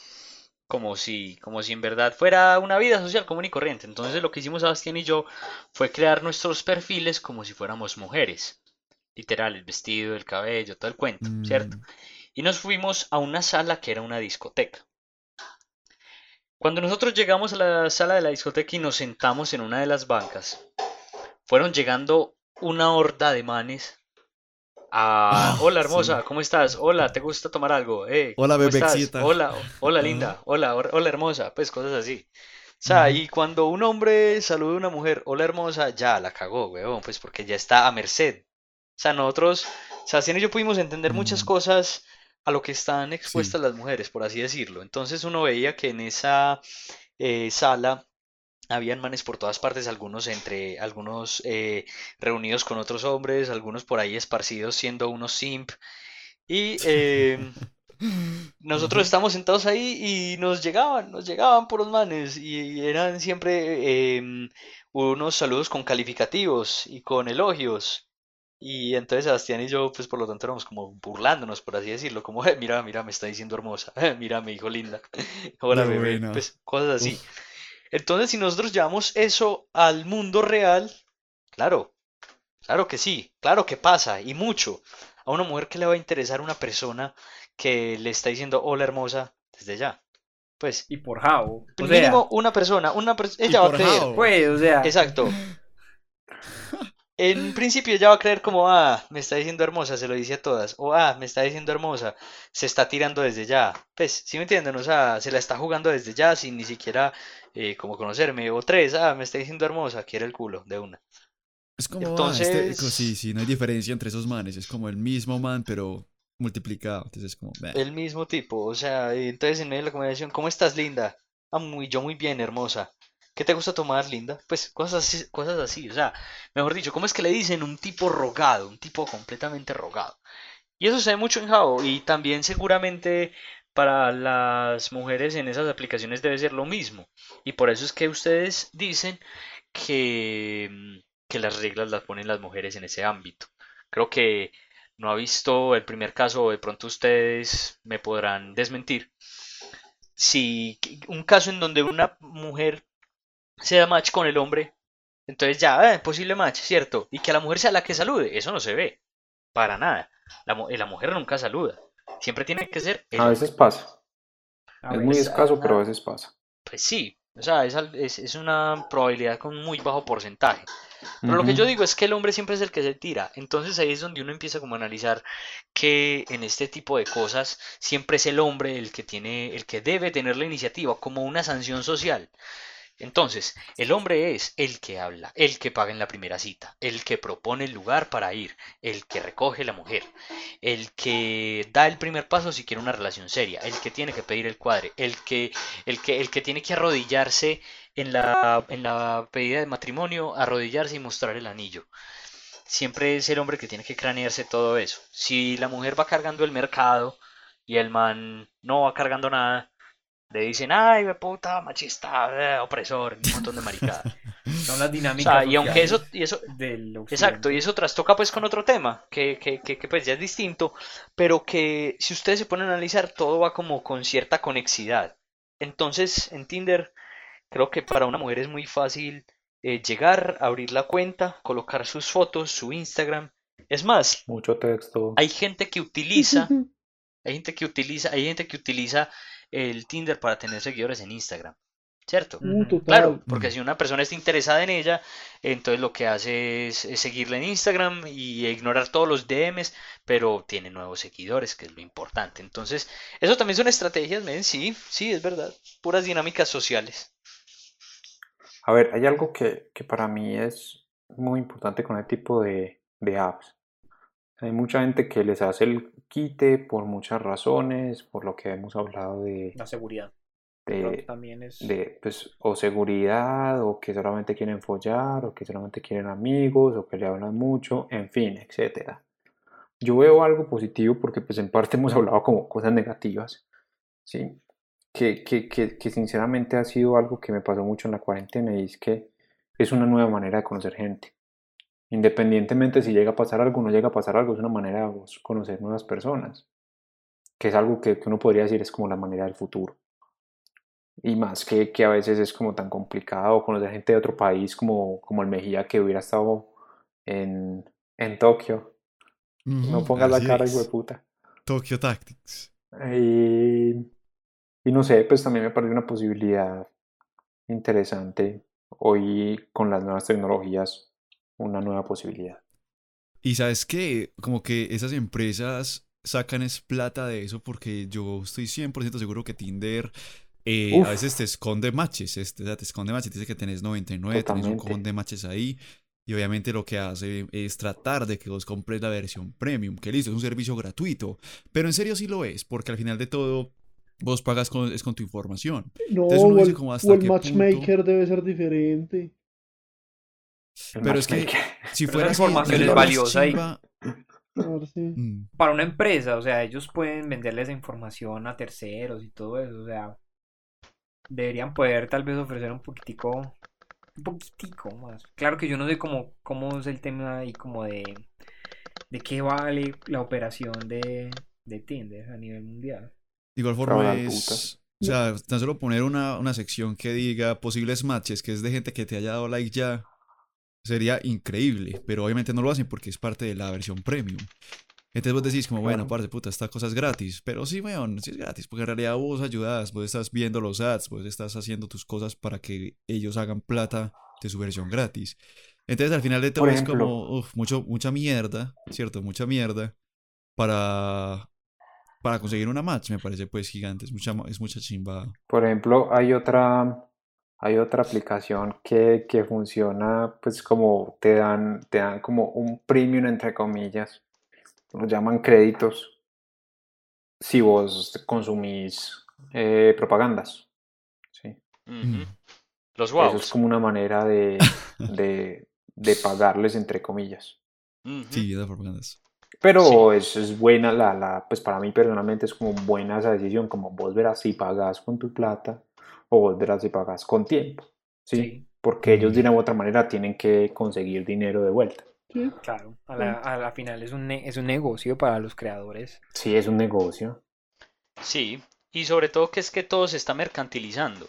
como si en verdad fuera una vida social común y corriente. Entonces lo que hicimos Sebastián y yo fue crear nuestros perfiles como si fuéramos mujeres. Literal, el vestido, el cabello, todo el cuento, ¿cierto? Mm. Y nos fuimos a una sala que era una discoteca. Cuando nosotros llegamos a la sala de la discoteca y nos sentamos en una de las bancas, fueron llegando una horda de manes a... Ah, Hola sí. hermosa, ¿cómo estás? Hola, ¿te gusta tomar algo? Hola, ¿Cómo estás? bebexita. Hola, hola Ajá. linda, hola hermosa, pues cosas así. O sea, Ujú. y cuando un hombre saluda a una mujer, hola hermosa, ya la cagó, weón, pues porque ya está a merced. O sea, nosotros, Sebastián y yo pudimos entender muchas Mm. cosas a lo que están Sí. expuestas las mujeres, por así decirlo. Entonces uno veía que en esa sala habían manes por todas partes, algunos reunidos con otros hombres, algunos por ahí esparcidos siendo unos simp. Y nosotros Ajá. estamos sentados ahí y nos llegaban puros manes y eran siempre unos saludos con calificativos y con elogios. Y entonces Sebastián y yo, pues por lo tanto éramos como burlándonos, por así decirlo, como, mira, mira, me está diciendo hermosa, mira, me dijo linda, hola De bebé, buena. pues cosas así. Uf. Entonces, si nosotros llevamos eso al mundo real, claro, claro que sí, claro que pasa, y mucho. A una mujer que le va a interesar una persona que le está diciendo hola hermosa desde ya. Pues, Y por how. O mínimo sea, una persona, Y ella va a por creer. how. pues, o sea. Exacto. En principio ella va a creer como, me está diciendo hermosa, se lo dice a todas. O, me está diciendo hermosa, se está tirando desde ya. Pues, ¿sí me entienden? O sea, se la está jugando desde ya sin ni siquiera como conocerme. O tres, me está diciendo hermosa, quiere el culo de una. Es como, sí, Entonces, sí, no hay diferencia entre esos manes. Es como el mismo man, pero multiplicado. Entonces es como, el mismo tipo. O sea, y entonces en medio de la conversación, ¿cómo estás, linda? Yo muy bien, hermosa. ¿Qué te gusta tomar, linda? Pues cosas así, cosas así. O sea, mejor dicho, ¿cómo es que le dicen un tipo rogado? Un tipo completamente rogado. Y eso se ve mucho en Jao y también seguramente para las mujeres en esas aplicaciones debe ser lo mismo. Y por eso es que ustedes dicen que, que las reglas las ponen las mujeres en ese ámbito. Creo que no ha visto el primer caso, o de pronto ustedes me podrán desmentir. Si un caso en donde una mujer se da match con el hombre, entonces ya, posible match, ¿cierto? Y que la mujer sea la que salude, eso no se ve. Para nada. La mujer nunca saluda. Siempre tiene que ser el A veces hombre. pasa. A Es muy Pues, veces. escaso, pero a veces pasa. pues sí. O sea, es una probabilidad con muy bajo porcentaje. Pero lo que yo Ujú. digo es que el hombre siempre es el que se tira. Entonces ahí es donde uno empieza como a analizar que en este tipo de cosas siempre es el hombre el que debe tener la iniciativa como una sanción social. Entonces, el hombre es el que habla, el que paga en la primera cita, el que propone el lugar para ir, el que recoge la mujer, el que da el primer paso si quiere una relación seria, el que tiene que pedir el cuadre, el que tiene que arrodillarse en la pedida de matrimonio, arrodillarse y mostrar el anillo. Siempre es el hombre que tiene que cranearse todo eso. Si la mujer va cargando el mercado y el man no va cargando nada, le dicen, ay, we puta, machista, opresor, un montón de maricada. Son las O sea, dinámicas y aunque sociales eso, del exacto, y occidente. eso trastoca pues con otro tema, que pues ya es distinto, pero que si ustedes se ponen a analizar, todo va como con cierta conexidad. Entonces, en Tinder, creo que para una mujer es muy fácil llegar, abrir la cuenta, colocar sus fotos, su Instagram. Es más, Mucho texto. hay gente que utiliza, hay gente que utiliza el Tinder para tener seguidores en Instagram, ¿cierto? Ujú. Claro, Total. porque Mm. si una persona está interesada en ella, entonces lo que hace es seguirla en Instagram y ignorar todos los DMs, pero tiene nuevos seguidores, que es lo importante. Entonces, eso también son estrategias, ¿ven? Sí, sí, es verdad. Puras dinámicas sociales. A ver, hay algo que para mí es muy importante con este tipo de apps. Hay mucha gente que les hace el quite por muchas razones, por lo que hemos hablado La seguridad. De pronto de, también es. de pues, o seguridad, o que solamente quieren follar, o que solamente quieren amigos, o que le hablan mucho, en fin, etcétera. Yo veo algo positivo porque pues en parte hemos hablado como cosas negativas, ¿sí? Que sinceramente ha sido algo que me pasó mucho en la cuarentena y es que es una nueva manera de conocer gente. Independientemente si llega a pasar algo o no llega a pasar algo, es una manera de vos conocer nuevas personas, que es algo que uno podría decir es como la manera del futuro. Y más que a veces es como tan complicado conocer gente de otro país como el Mejía que hubiera estado en Tokio. No Ujú, pongas la así cara, hijo de es. puta. Tokyo Tactics. Y, y no sé, pues también me parece una posibilidad interesante hoy con las nuevas tecnologías, una nueva posibilidad. Y sabes qué, como que esas empresas sacan es plata de eso porque yo estoy 100% seguro que Tinder a Uf, veces te esconde matches, o sea, te esconde matches, dice que tenés 99, tenés un cojón totalmente. de matches ahí y obviamente lo que hace es tratar de que vos compres la versión premium, que listo, es un servicio gratuito, pero en serio sí lo es, porque al final de todo vos pagas es con tu información. No, Entonces uno dice como o hasta el qué punto, matchmaker debe ser diferente. El pero es que matchmaker. si Pero esa fuera así, información es sería más valiosa y chimba. A ver si. para una empresa, o sea, ellos pueden venderle esa información a terceros y todo eso, o sea, deberían poder tal vez ofrecer un poquitico más. Claro que yo no sé cómo es el tema ahí como de de qué vale la operación de Tinder a nivel mundial. De igual Para forma dar es, putas. o sea, tan solo poner una sección que diga posibles matches, que es de gente que te haya dado like ya, sería increíble, pero obviamente no lo hacen porque es parte de la versión premium. Entonces vos decís como, bueno, Claro. parce, puta, esta cosa es gratis, pero sí, weón, sí es gratis, porque en realidad vos ayudas, vos estás viendo los ads, vos estás haciendo tus cosas para que ellos hagan plata de su versión gratis. Entonces al final de todo Por es ejemplo, como, mucha mierda, ¿cierto? Mucha mierda para, para conseguir una match, me parece pues gigante, es mucha chimba. por ejemplo, hay otra aplicación que funciona, pues como te dan como un premium entre comillas, lo llaman créditos si vos consumís propagandas, ¿sí? Ujú. Mm. Los Eso es wows. como una manera de pagarles entre comillas. Ujú. Sí, da propagandas. Pero es buena, pues para mí personalmente es como buena esa decisión, como vos verás si pagas con tu plata o vos verás si pagas con tiempo, ¿sí? Sí, Porque ellos de Mm. una u otra manera tienen que conseguir dinero de vuelta. Sí, claro. A la final es un negocio para los creadores. sí, es un negocio. Sí, y sobre todo que es que todo se está mercantilizando.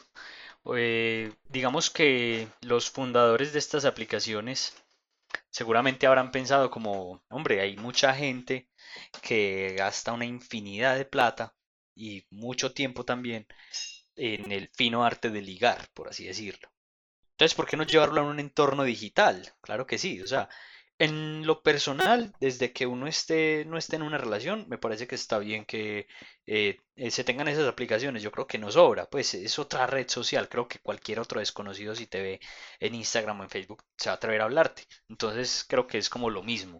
Digamos que los fundadores de estas aplicaciones seguramente habrán pensado como, hombre, hay mucha gente que gasta una infinidad de plata y mucho tiempo también en el fino arte de ligar, por así decirlo. Entonces, ¿por qué no llevarlo a un entorno digital? Claro que sí, o sea, en lo personal, desde que uno no esté en una relación, me parece que está bien que se tengan esas aplicaciones. Yo creo que no sobra, pues es otra red social. Creo que cualquier otro desconocido, si te ve en Instagram o en Facebook, se va a atrever a hablarte. Entonces, creo que es como lo mismo.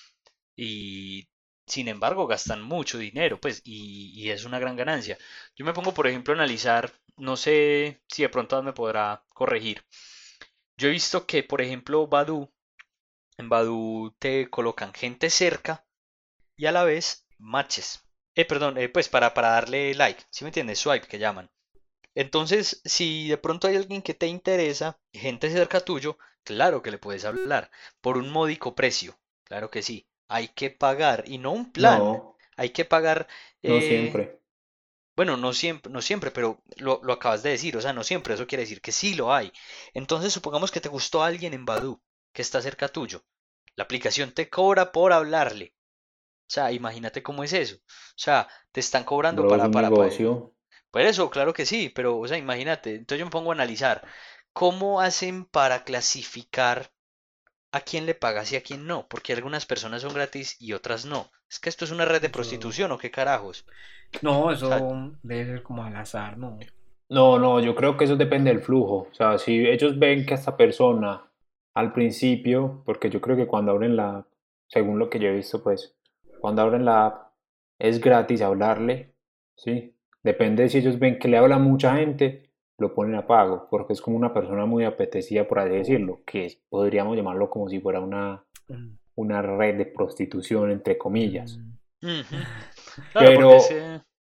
Y sin embargo, gastan mucho dinero, pues, y es una gran ganancia. Yo me pongo, por ejemplo, a analizar, no sé si de pronto me podrá corregir. Yo he visto que, por ejemplo, en Badoo te colocan gente cerca y a la vez matches. Perdón, pues para darle like, ¿sí me entiendes? Swipe que llaman. Entonces, si de pronto hay alguien que te interesa, gente cerca tuyo, claro que le puedes hablar por un módico precio. Claro que sí. Hay que pagar y no un plan. No, Hay que pagar, no eh, siempre. bueno, no siempre, pero lo acabas de decir, o sea, no siempre, eso quiere decir que sí lo hay. Entonces, supongamos que te gustó alguien en Badoo, que está cerca tuyo. La aplicación te cobra por hablarle. O sea, imagínate cómo es eso. O sea, te están cobrando Bro, es un negocio. por eso, claro que sí, pero, o sea, imagínate. Entonces yo me pongo a analizar cómo hacen para clasificar a quién le pagas y a quién no, porque algunas personas son gratis y otras no. Es que esto es una red de Eso, prostitución, ¿o qué carajos? no, O sea, eso debe ser como al azar, ¿no? No, no, yo creo que eso depende del flujo. O sea, si ellos ven que esta persona al principio, porque yo creo que cuando abren la app, según lo que yo he visto, pues, cuando abren la app es gratis hablarle, ¿sí? Depende de si ellos ven que le habla mucha gente, lo ponen a pago, porque es como una persona muy apetecida, por así Uf, decirlo, podríamos llamarlo como si fuera mm, una red de prostitución, entre comillas. mm. ujú. Claro, porque es Pero que...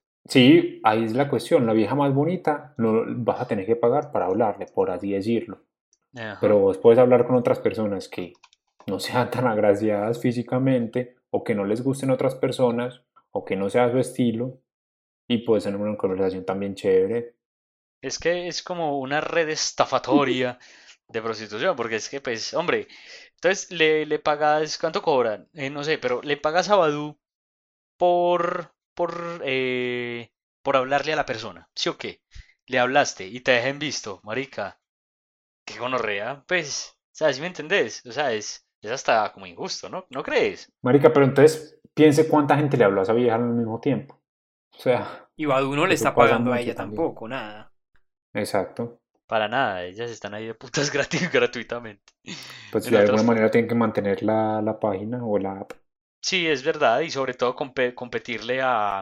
sí, ahí es la cuestión. La vieja más bonita no vas a tener que pagar para hablarle, por así decirlo. Pero Ajá. vos puedes hablar con otras personas que no sean tan agraciadas físicamente o que no les gusten otras personas o que no sea su estilo y puedes tener una conversación también chévere. Es que es como una red estafatoria de prostitución, porque es que, pues, hombre, entonces le pagas, ¿cuánto cobran? No sé, pero le pagas a Badoo por, por, eh, por hablarle a la persona, ¿sí o qué? Le hablaste y te dejen visto, marica, qué gonorrea, pues, o sea, ¿sí me entendés? O sea, es hasta como injusto, ¿no? ¿No crees? Marica, pero entonces piense cuánta gente le habló a esa vieja al mismo tiempo. O sea, Y Badoo no le eso está pasa pagando a mucho ella también. tampoco, nada. Exacto. Para nada, ellas están ahí de putas gratis, gratuitamente. Pues En de alguna otras, manera tienen que mantener la página o la app. sí, es verdad, y sobre todo competirle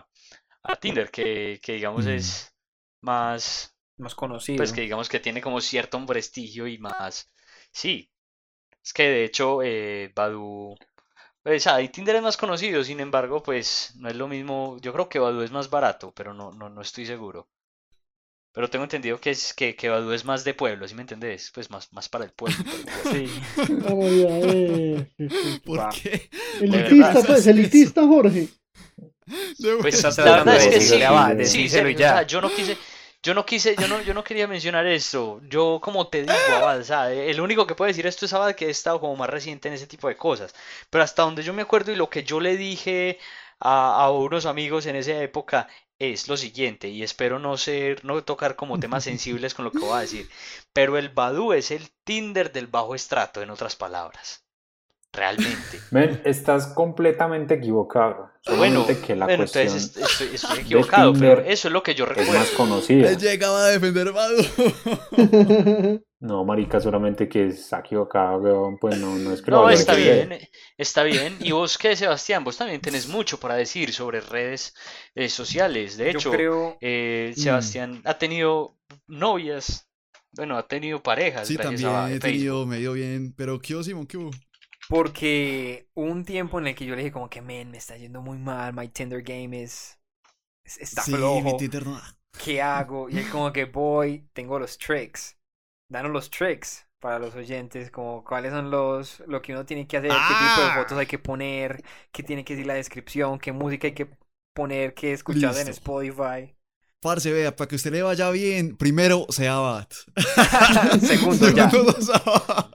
a Tinder, que digamos Mm. es más, Más pues que conocido. digamos que tiene como cierto prestigio y más, sí, es que de hecho Badoo, pues ahí Tinder es más conocido, sin embargo, pues no es lo mismo, yo creo que Badoo es más barato, pero no estoy seguro. Pero tengo entendido que Badoo es más de pueblo, ¿sí me entendés? Pues más para el pueblo. Sí. Vamos ya, ¿Por Va. qué? Elitista, ¿Por qué pues, haces elitista, Jorge. eso? Pues Estás la tratando verdad es de que decirle sí, a Bad, sí, decíselo y Sergio, o ya. sea, yo no quería mencionar esto. Yo, como te digo, Abad, o sea, el único que puede decir esto es Abad, que he estado como más reciente en ese tipo de cosas. Pero hasta donde yo me acuerdo y lo que yo le dije a unos amigos en esa época es lo siguiente, y espero no tocar como temas sensibles con lo que voy a decir. Pero el Badoo es el Tinder del bajo estrato, en otras palabras. Realmente. Men, estás completamente equivocado. Bueno, Solamente que la bueno, cuestión entonces estoy de equivocado, pero Tinder eso es lo que yo es más recuerdo. conocida. Él llegaba a defender Badu. No, marica, solamente que está equivocado, weón. Pues no es que lo No, vaya a está defender. bien, está bien. ¿Y vos qué, Sebastián? Vos también tenés mucho para decir sobre redes sociales. De Yo hecho, creo, Sebastián ha tenido novias, bueno, ha tenido parejas Sí, gracias también a he Facebook. tenido medio bien. Pero, ¿qué hubo, Simón? ¿Qué hubo? porque hubo un tiempo en el que yo le dije como que, men, me está yendo muy mal, my Tinder game está Sí, mi flojo, Tinder no. ¿qué hago? Y él como que voy, tengo los tricks, danos los tricks para los oyentes, como cuáles son lo que uno tiene que hacer, qué tipo de fotos hay que poner, qué tiene que decir la descripción, qué música hay que poner, qué escuchar en Listo. Spotify. Parce, vea, para que usted le vaya bien, primero sea Bat. Segundo, ya. Segundo, no sea Bat.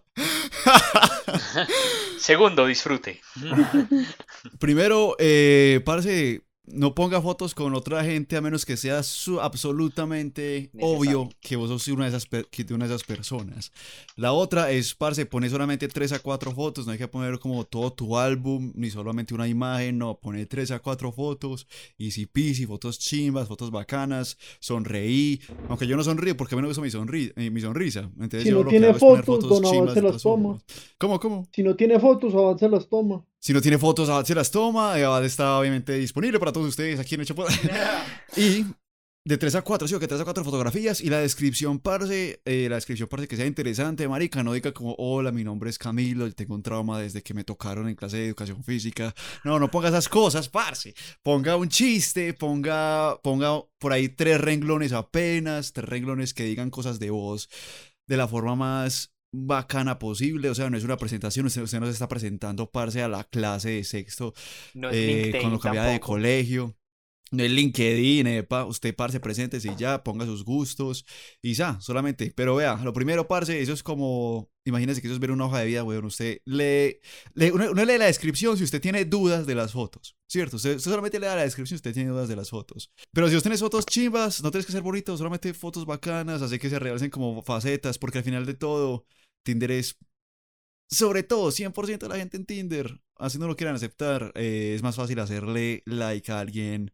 Segundo, disfrute. Primero, parce, no ponga fotos con otra gente a menos que sea absolutamente obvio Necesario. que vos sos una de esas personas. La otra es, parce, pone solamente 3 a 4 fotos, no hay que poner como todo tu álbum, ni solamente una imagen, no, pone 3 a 4 fotos, easy peasy, fotos chimbas, fotos bacanas, sonreí, aunque yo no sonrío porque a mí no me gusta mi sonrisa, entonces Si yo no lo que tiene hago es poner fotos, fotos Don Abad chimbas se de las otras toma. formas. ¿Cómo? Si no tiene fotos, Abad se las toma. Si no tiene fotos, Abad se las toma. Abad está obviamente disponible para todos ustedes aquí en el Chapo. Y de 3 a 4, sí, o que 3 a 4 fotografías. Y la descripción, parce, que sea interesante, marica. No diga como, hola, mi nombre es Camilo y tengo un trauma desde que me tocaron en clase de educación física. No ponga esas cosas, parce. Ponga un chiste, ponga por ahí 3 renglones apenas, 3 renglones que digan cosas de vos de la forma más bacana posible, o sea, no es una presentación, usted no se está presentando, parce, a la clase de sexto No es LinkedIn cuando cambiaba de tampoco. colegio, no es LinkedIn, usted, parce, preséntese y ya, ponga sus gustos y ya, solamente, pero vea, lo primero, parce, eso es como, imagínese que eso es ver una hoja de vida, weón, usted uno lee la descripción si usted tiene dudas de las fotos, ¿cierto? Usted solamente lee la descripción si usted tiene dudas de las fotos, pero si usted tiene fotos chimbas, no tienes que ser bonito, solamente fotos bacanas, así que se realicen como facetas, porque al final de todo, Tinder es, sobre todo, 100% de la gente en Tinder, así no lo quieran aceptar, es más fácil hacerle like a alguien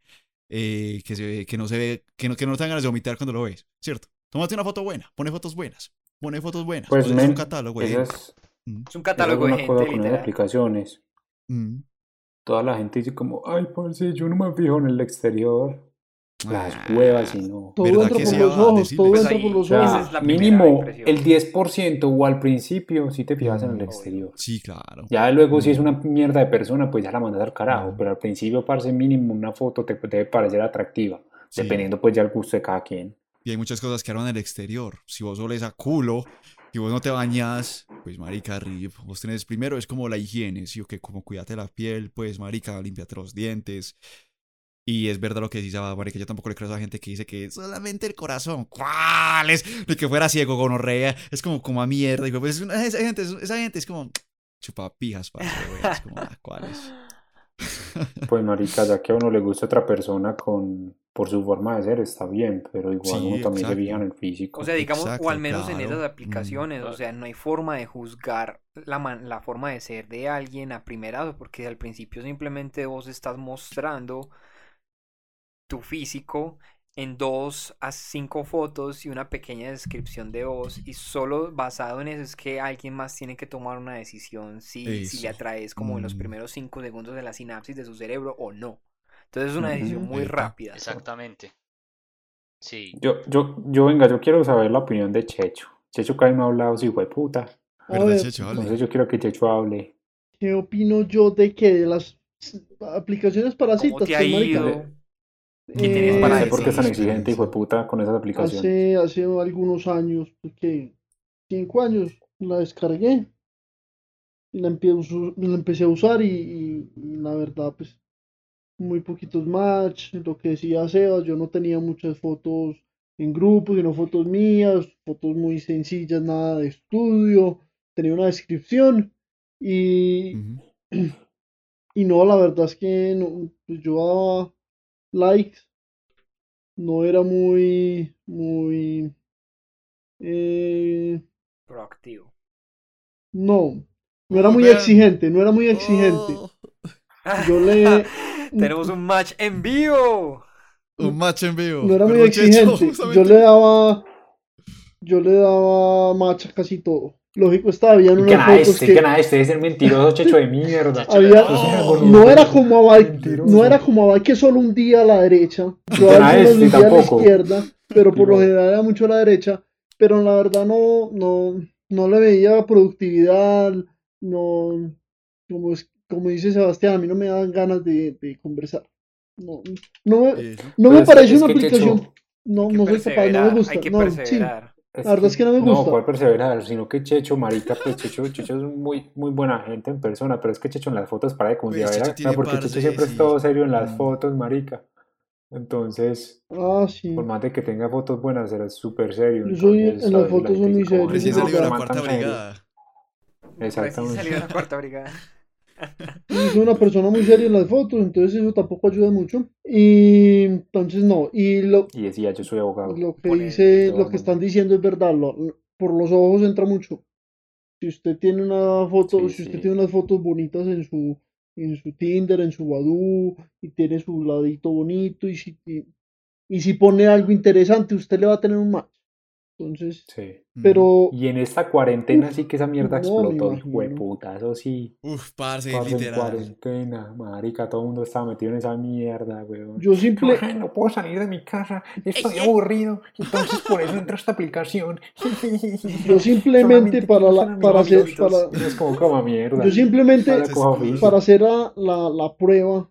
que no se ve, que no te dan ganas de vomitar cuando lo ves, ¿cierto? Tómate una foto buena, pone fotos buenas, Pues, es un men, catálogo de esa gente. es, Es un esa es catálogo de una cosa gente, con esas literal. aplicaciones. Mm. Toda la gente dice como, ay, parce, yo no me fijo en el exterior. Las Ah, huevas y no. Todo ¿Verdad entra que por sí, los Abad? ojos, Decile. todo Pues entra por ahí, los O ojos. esa es sea, la primera mínimo impresión. el 10% o al principio sí te fijas en el Mm. exterior. Sí, claro. Ya luego si es Mm. una mierda de persona, pues ya la mandas al carajo. Mm. Pero al principio, parce, mínimo una foto te debe parecer atractiva. Sí. Dependiendo pues ya el gusto de cada quien. Y hay muchas cosas que harán en el exterior. Si vos oles a culo, si vos no te bañas, pues marica, rip. Vos tenés primero, es como la higiene, ¿sí? O que como cuídate la piel, pues marica, límpiate los dientes. Y es verdad lo que dice marica, yo tampoco le creo a esa gente que dice que solamente el corazón. ¿Cuál es? Ni que fuera ciego, gonorrea. Es como a mierda. Digo, pues esa gente es como chupapijas, parce, güey. Es como, ¿cuál es? Pues marica, ya que a uno le gusta otra persona por su forma de ser, está bien, pero igual Sí, uno también se exacto. fija en el físico. O sea, digamos, o Exacto, al menos en esas claro. aplicaciones, o sea, no hay forma de juzgar la forma de ser de alguien a primerazo, porque al principio simplemente vos estás mostrando tu físico en 2 a 5 fotos y una pequeña descripción de vos, y solo basado en eso es que alguien más tiene que tomar una decisión si le Eso. atraes como en los Mm. primeros 5 segundos de la sinapsis de su cerebro o no. Entonces es una Ujú. decisión muy Epa. rápida. Exactamente. Sí. Venga, yo quiero saber la opinión de Checho. Checho casi no ha hablado, si fue puta. A ¿Verdad, ver, Checho? Entonces Hable. yo quiero que Checho hable. ¿qué opino yo de que de las aplicaciones para ¿Cómo citas? te ha Pues marica, ido? ¿Qué tienes No para sé por qué es tan decir? exigente, hijo de puta, con esas aplicaciones. hace algunos años, porque 5 años, la descargué y la empecé a usar y la verdad, pues muy poquitos match, lo que decía Sebas, yo no tenía muchas fotos en grupo, sino fotos mías, fotos muy sencillas, nada de estudio, tenía una descripción y, Ujú. y no, la verdad es que no, pues yo daba likes, no era eh, Proactivo. no, no era Uy, muy vean. exigente, no era muy exigente. Oh, Yo le, Tenemos un match en vivo. un match en vivo. no era muy Perdón, Checho, exigente, justamente. yo le daba match a casi todo. Lógico, estaba, habían Y unas fotos que que nada este, es el mentiroso checho de mierda. había, Oh. no era como Abay, Mentiroso. no era como Abay que solo un día a la derecha, yo Que nada algunos este un día a la tampoco. izquierda, pero por lo Igual. general era mucho a la derecha, pero la verdad no le veía productividad, no, como dice Sebastián, a mí no me dan ganas de conversar. No, no me, ¿Y eso? no Pero me parece es una que aplicación, Checho, no, Hay que no soy capaz, no me perseverar, hay gusta, que no, sí, perseverar. la verdad es que no me no, gusta. cuál perseverar, sino que Checho, marica, pues Checho es muy, muy buena gente en persona, pero es que Checho en las fotos para de como si Pues Checho era, tiene porque Checho parce, siempre es sí. todo serio en las Mm. fotos, marica. Entonces, Ah, por sí, más de que tenga fotos buenas, era súper serio. yo soy, Entonces, en a las veces la fotos gente soy dice muy como, serio, ay, es Recién no, salido de qué verdad. la man cuarta tan serio. brigada. Recién Exactamente. salió de la cuarta brigada. Yo soy una persona muy seria en las fotos, entonces eso tampoco ayuda mucho. Y entonces no, Y decía, yo soy abogado. Pone Te lo va que muy bien. están diciendo es verdad, por los ojos entra mucho. Si usted tiene una foto, Sí, si usted sí. tiene unas fotos bonitas en su Tinder, en su Badoo, y tiene su ladito bonito, y si pone algo interesante, usted le va a tener un match. Entonces, Sí. Ujú. pero, Y en esta uff, cuarentena sí que esa mierda no me explotó, hijo de imagino. puta. Eso sí, Uf, parce, parce, en literal. cuarentena, marica, todo el mundo estaba metido en esa mierda, weón. Yo No, simple, ay, no puedo salir de mi casa, ¡Ey, estoy ey! aburrido, entonces por eso entro a esta aplicación. yo simplemente Solamente quiero ser para amiguitos. hacer, amiguitos. Y no es como yo mierda. A simplemente la Se coja para excusa. oficio. hacer la prueba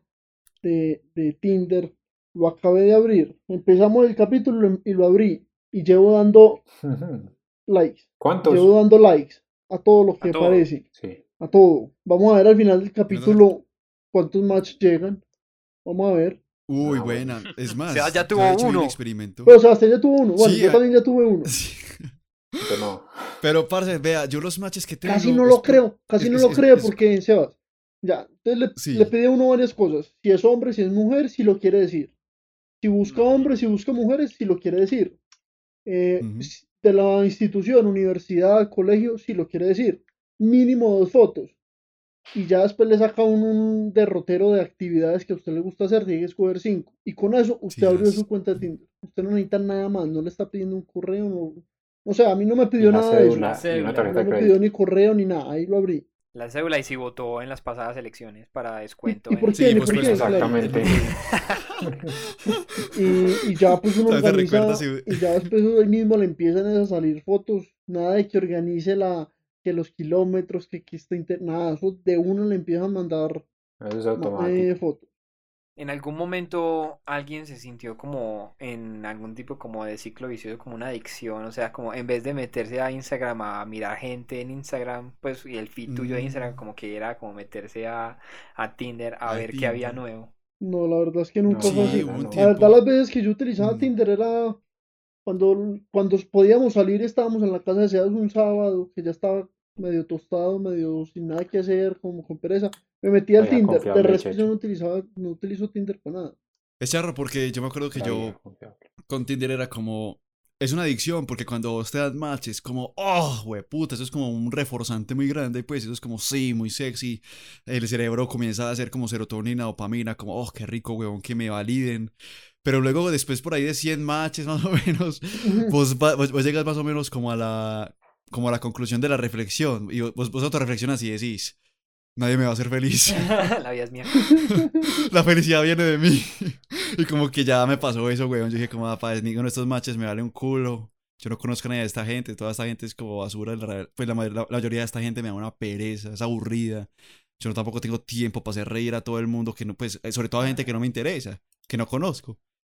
de Tinder, lo acabé de abrir. Empezamos el capítulo y lo abrí. Y llevo dando likes. ¿Cuántos? Llevo dando likes a todo lo A que todo. aparece. Sí. A todo. Vamos a ver al final del Y no te- capítulo cuántos matches llegan. Vamos a ver. Uy, Ah, bueno. buena. Es Sebas más, ya yo de tuvo hecho vi un uno. experimento. Pero Sebastián ya tuvo uno. Bueno, Sí, yo también ya tuve uno. sí. Yo no. Pero, parce, vea, yo los matches que Casi tengo no es lo por... creo. Casi no lo creo porque, Sebas. Ya. Entonces le Sí. pedí a uno varias cosas. Si es hombre, si es mujer, si lo quiere decir. Si busca hombres, si busca mujeres, si lo quiere decir. Ujú. De la institución, universidad, colegio, si lo quiere decir. Mínimo 2 fotos. Y ya después le saca un derrotero de actividades que a usted le gusta hacer, tiene que escoger 5. Y con eso usted Sí, abrió das. su cuenta de Tinder. Usted no necesita nada más, no le está pidiendo un correo, no. O sea, a mí no me Y pidió la nada de eso. La cédula y una cédula. tarjeta No de me pidió crédito. ni correo ni nada, ahí lo abrí. La cédula y si votó en las pasadas elecciones para descuento ¿Y en por el qué? Sí, ¿Y pues por pues qué? Claro. Exactamente. Y ya pues uno ¿Sabes? Te recuerdas organiza y ya después ahí mismo le empiezan a salir fotos. Nada de que organice que los kilómetros, que está nada, eso de uno le empiezan a mandar Eso es automático. fotos. ¿En algún momento alguien se sintió como en algún tipo como de ciclo vicioso, como una adicción? O sea, como en vez de meterse a Instagram a mirar gente en Instagram, pues y el feed tuyo de Instagram Mm, como que era como meterse a Tinder a a ver qué había Tinder. nuevo. No, la verdad es que nunca No, fue la Sí, así. hubo verdad un La no. verdad, tiempo. las veces que yo utilizaba Mm, Tinder era cuando podíamos salir, estábamos en la casa de Sebas un sábado, que ya estaba medio tostado, medio sin nada que hacer, como con pereza. Me metí La al vieja Tinder. De confiable de resto yo Checho. no utilizo Tinder para nada. Es charro porque yo me acuerdo que La vieja yo confiable. con Tinder era como... Es una adicción porque cuando vos te das match es como, oh, puta, eso es como un reforzante muy grande, pues eso es como, sí, muy sexy. El cerebro comienza a hacer como serotonina, dopamina, como, oh, qué rico, huevón, que me validen. Pero luego después por ahí de 100 matches más o menos, vos llegas más o menos como a la conclusión de la reflexión. Y vos autorreflexionas y decís, nadie me va a hacer feliz. La vida es mía. La felicidad viene de mí. Y como que ya me pasó eso, weón. Yo dije, como, papá, ninguno de estos matches me vale un culo. Yo no conozco a nadie de esta gente. Toda esta gente es como basura. Pues la mayoría de esta gente me da una pereza, es aburrida. Yo tampoco tengo tiempo para hacer reír a todo el mundo que no, pues, sobre todo a gente que no me interesa, que no conozco.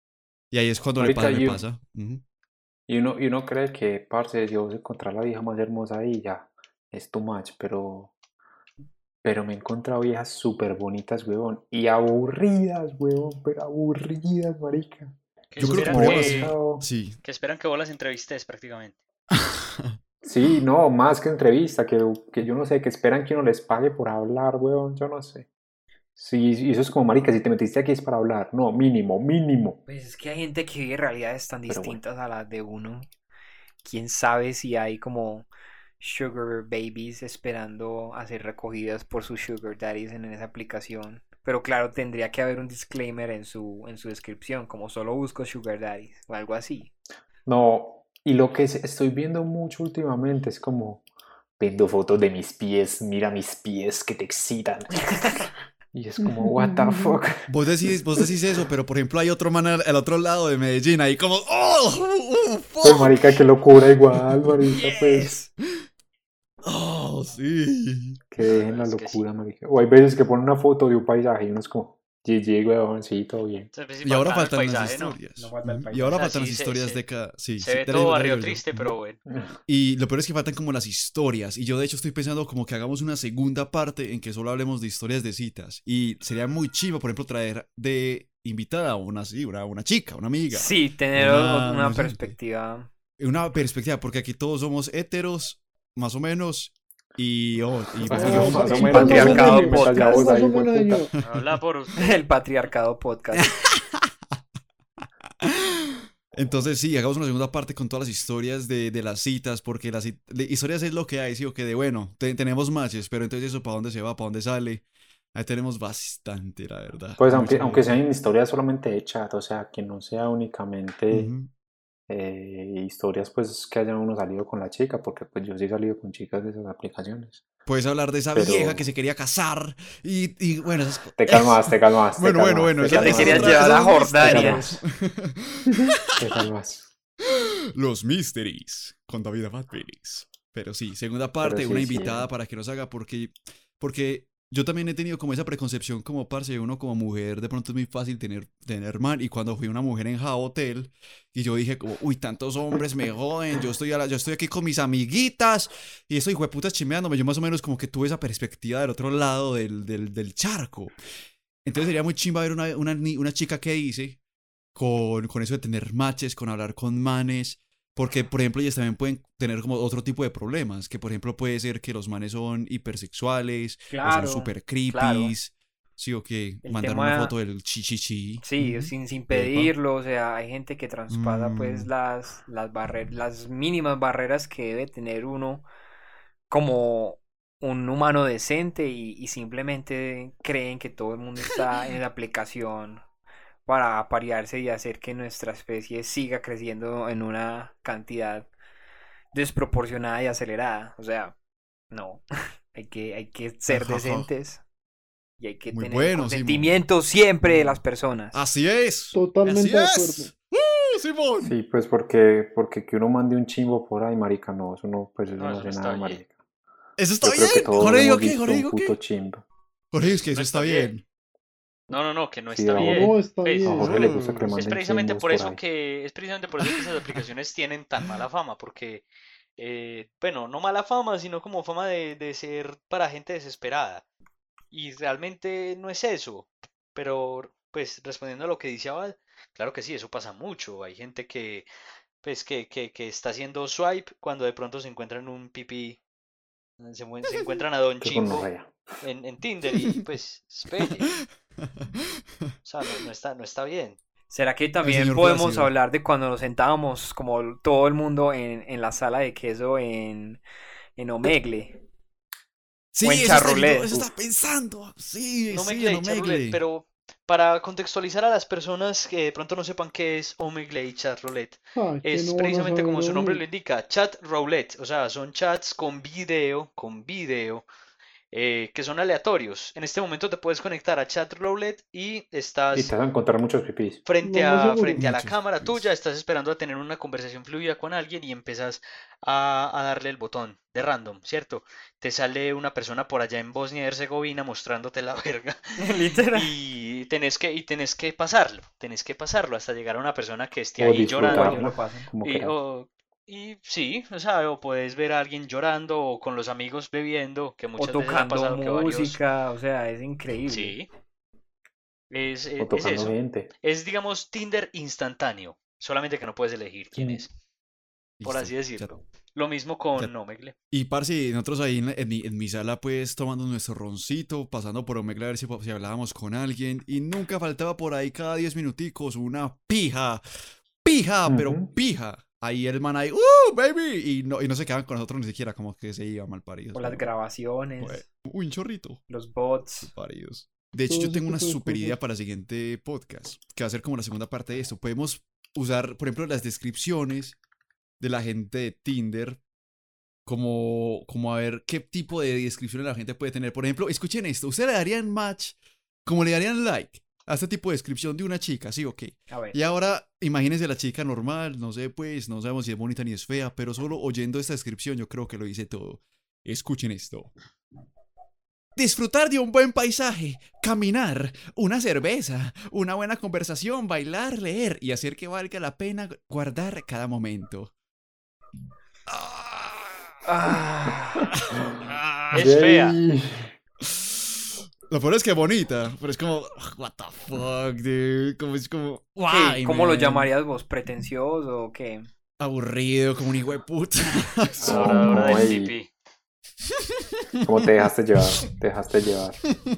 Y ahí es cuando Marica, le pasa. Ujú. y uno cree que, parce, si vos encontrás la vieja más hermosa ahí, ya, es too much, pero me he encontrado viejas súper bonitas, huevón, y aburridas, huevón, pero aburridas, marica. Que Yo creo que esperan por ejemplo, Demasiado. sí. que esperan que vos las entrevistes prácticamente. Sí, no, más que entrevista, que yo no sé, que esperan que uno les pague por hablar, huevón, yo no sé. Sí, y eso es como, marica, si te metiste aquí es para hablar, no, mínimo, mínimo. Pues es que hay gente que vive realidades tan Pero bueno. distintas a las de uno. Quién sabe si hay como sugar babies esperando a ser recogidas por sus sugar daddies en esa aplicación. Pero claro, tendría que haber un disclaimer en su descripción, como solo busco sugar daddies o algo así. No, y lo que estoy viendo mucho últimamente es como, vendo fotos de mis pies, mira mis pies que te excitan. Y es como, what the fuck. Vos decís eso, pero por ejemplo hay otro man al otro lado de Medellín, ahí como, ¡oh! Pues marica, qué locura igual, marica, pues. ¡Oh, sí! Que dejen la Es que sí. locura, marica. O hay veces que ponen una foto de un paisaje y uno es como, GG, weón, sí, todo bien. Y ahora faltan las paisaje, ¿no? historias. No falta el Y ahora O sea, faltan las sí, historias de cada... Sí, Se sí, ve dale, todo dale, barrio dale, triste, yo. pero bueno. Y lo peor es que faltan como las historias. Y yo de hecho estoy pensando como que hagamos una segunda parte en que solo hablemos de historias de citas. Y sería muy chivo, por ejemplo, traer de invitada a una chica, una amiga. Sí, tener Una una inocente. perspectiva. Una perspectiva, porque aquí todos somos héteros, más o menos. Y Más o yo- menos, y- patriarcado me podcast. tallamos Más ahí, o menos, hueputa. señor. Habla por usted. El patriarcado podcast. Entonces sí, hagamos una segunda parte con todas las historias de las citas, porque las historias es lo que hay, sí, o que de bueno, tenemos matches, pero entonces eso para dónde se va, para dónde sale. Ahí tenemos bastante, la verdad. Pues Mucho. aunque sean historias solamente de chat, o sea, que no sea únicamente Ujú. historias pues que hayan uno salido con la chica, porque pues yo sí he salido con chicas de esas aplicaciones. Puedes hablar de esa Pero- vieja que se quería casar y bueno, esas Te calmas, te calmas. Bueno, bueno, Que te esa querías es otra- llevar a esa es Jordania. misterios. Te calmas. Los Mysteries con David Abad Phoenix. Pero sí, segunda parte, sí, una sí. invitada para que nos haga, porque yo también he tenido como esa preconcepción como parce, uno como mujer, de pronto es muy fácil tener man, y cuando fui una mujer en Hotel, y yo dije como, uy, tantos hombres me joden, yo estoy aquí con mis amiguitas, y estoy hijueputas chimeándome, yo más o menos como que tuve esa perspectiva del otro lado del charco. Entonces sería muy chimba ver una chica que hice con eso de tener matches, con hablar con manes, porque por ejemplo ellas también pueden tener como otro tipo de problemas, que por ejemplo puede ser que los manes son hipersexuales, o Claro, son super creepies, claro. sí, o que El mandar tema- una foto del chichichi. Sí, Ujú. sin Epa. pedirlo, o sea, hay gente que traspasa pues Mm. las mínimas barreras que debe tener uno como un humano decente y simplemente creen que todo el mundo está en la aplicación para aparearse y hacer que nuestra especie siga creciendo en una cantidad desproporcionada y acelerada. O sea, no, hay que ser Ajá. decentes y hay que Muy tener bueno, consentimiento siempre de las personas. Así es. Totalmente Así de es. Simón. Sí, pues porque que uno mande un chimbo por ahí, marica, no, eso no, pues eso No, no eso no hace está nada, bien. marica. Eso está Yo creo que bien. todos Jorge, digo hemos qué, visto Jorge, un digo puto qué. chimbo. Jorge, es que eso No está está bien. No, que no Sí, está a bien. No, está Pues, A bien. Jorge le gusta que le es manden precisamente chimbos por por eso ahí. que esas aplicaciones tienen tan mala fama, porque bueno, no mala fama, sino como fama de ser para gente desesperada. Y realmente no es eso. Pero, pues, respondiendo a lo que dice Abad, claro que sí, eso pasa mucho. Hay gente que, pues, que está haciendo swipe cuando de pronto se encuentran un pipí, se encuentran a Don Qué Chimbo gonorrea. en Tinder y, pues, espere. O sea, no está bien. ¿Será que también señor podemos Plácido. hablar de cuando nos sentábamos como todo el mundo en la sala de queso en Omegle? Sí, O en eso Charrolet. eso está pensando. Sí, No me sí, Omegle en y Charrolet, Omegle. pero para contextualizar a las personas que de pronto no sepan qué es Omegle y Chat Roulette, Ay, que es no van a precisamente como saber, su nombre lo hombre. indica, Chat Roulette, o sea, son chats con video, que son aleatorios. En este momento te puedes conectar a Chatroulette y Y te estás vas a encontrar muchos pipis. frente Lo más seguro. frente a la Muchos cámara pipis. tuya, estás esperando a tener una conversación fluida con alguien y empezás a darle el botón de random, ¿cierto? Te sale una persona por allá en Bosnia y Herzegovina mostrándote la verga Literal. y tenés que pasarlo hasta llegar a una persona que esté O ahí llorando. Ellos disfrutarlo, lo pasan. como Y, quieras. y sí, o sea, o puedes ver a alguien llorando o con los amigos bebiendo, que O muchas veces ha tocando pasado que varios... música, o sea, es increíble. Sí, es O tocando eso. gente. Es, digamos, Tinder instantáneo, solamente que no puedes elegir quién es, por Listo, así ya. decirlo. Lo mismo Ya. con Omegle. Y parce, nosotros ahí en mi sala, pues tomando nuestro roncito, pasando por Omegle a ver si hablábamos con alguien. Y nunca faltaba por ahí cada 10 minuticos una pija. Pija, pero Ujú. pija. Ahí el man ahí, baby! Y no se quedaban con nosotros ni siquiera, como que se iban mal paridos. O las grabaciones, Uy, un chorrito. los bots. Paridos. De hecho, Todo yo ese tengo una tipo de super idea cosas. para el siguiente podcast, que va a ser como la segunda parte de esto. Podemos usar, por ejemplo, las descripciones de la gente de Tinder, como a ver qué tipo de descripciones la gente puede tener. Por ejemplo, escuchen esto, ¿ustedes le darían match, como le darían like a este tipo de descripción de una chica? Sí, ok. A ver. Y ahora, imagínense la chica normal, no sé, pues, no sabemos si es bonita ni es fea, pero solo oyendo esta descripción yo creo que lo dice todo. Escuchen esto. Disfrutar de un buen paisaje, caminar, una cerveza, una buena conversación, bailar, leer y hacer que valga la pena guardar cada momento. Es fea. Yay. Lo peor es que bonita, pero es como, what the fuck, dude. Como es como, ¿Qué? why, ¿Cómo lo man? llamarías vos? ¿Pretencioso o qué? Aburrido, como un hijo de puta. Hora del Ay. pipí. Como te dejaste llevar. Te dejaste llevar.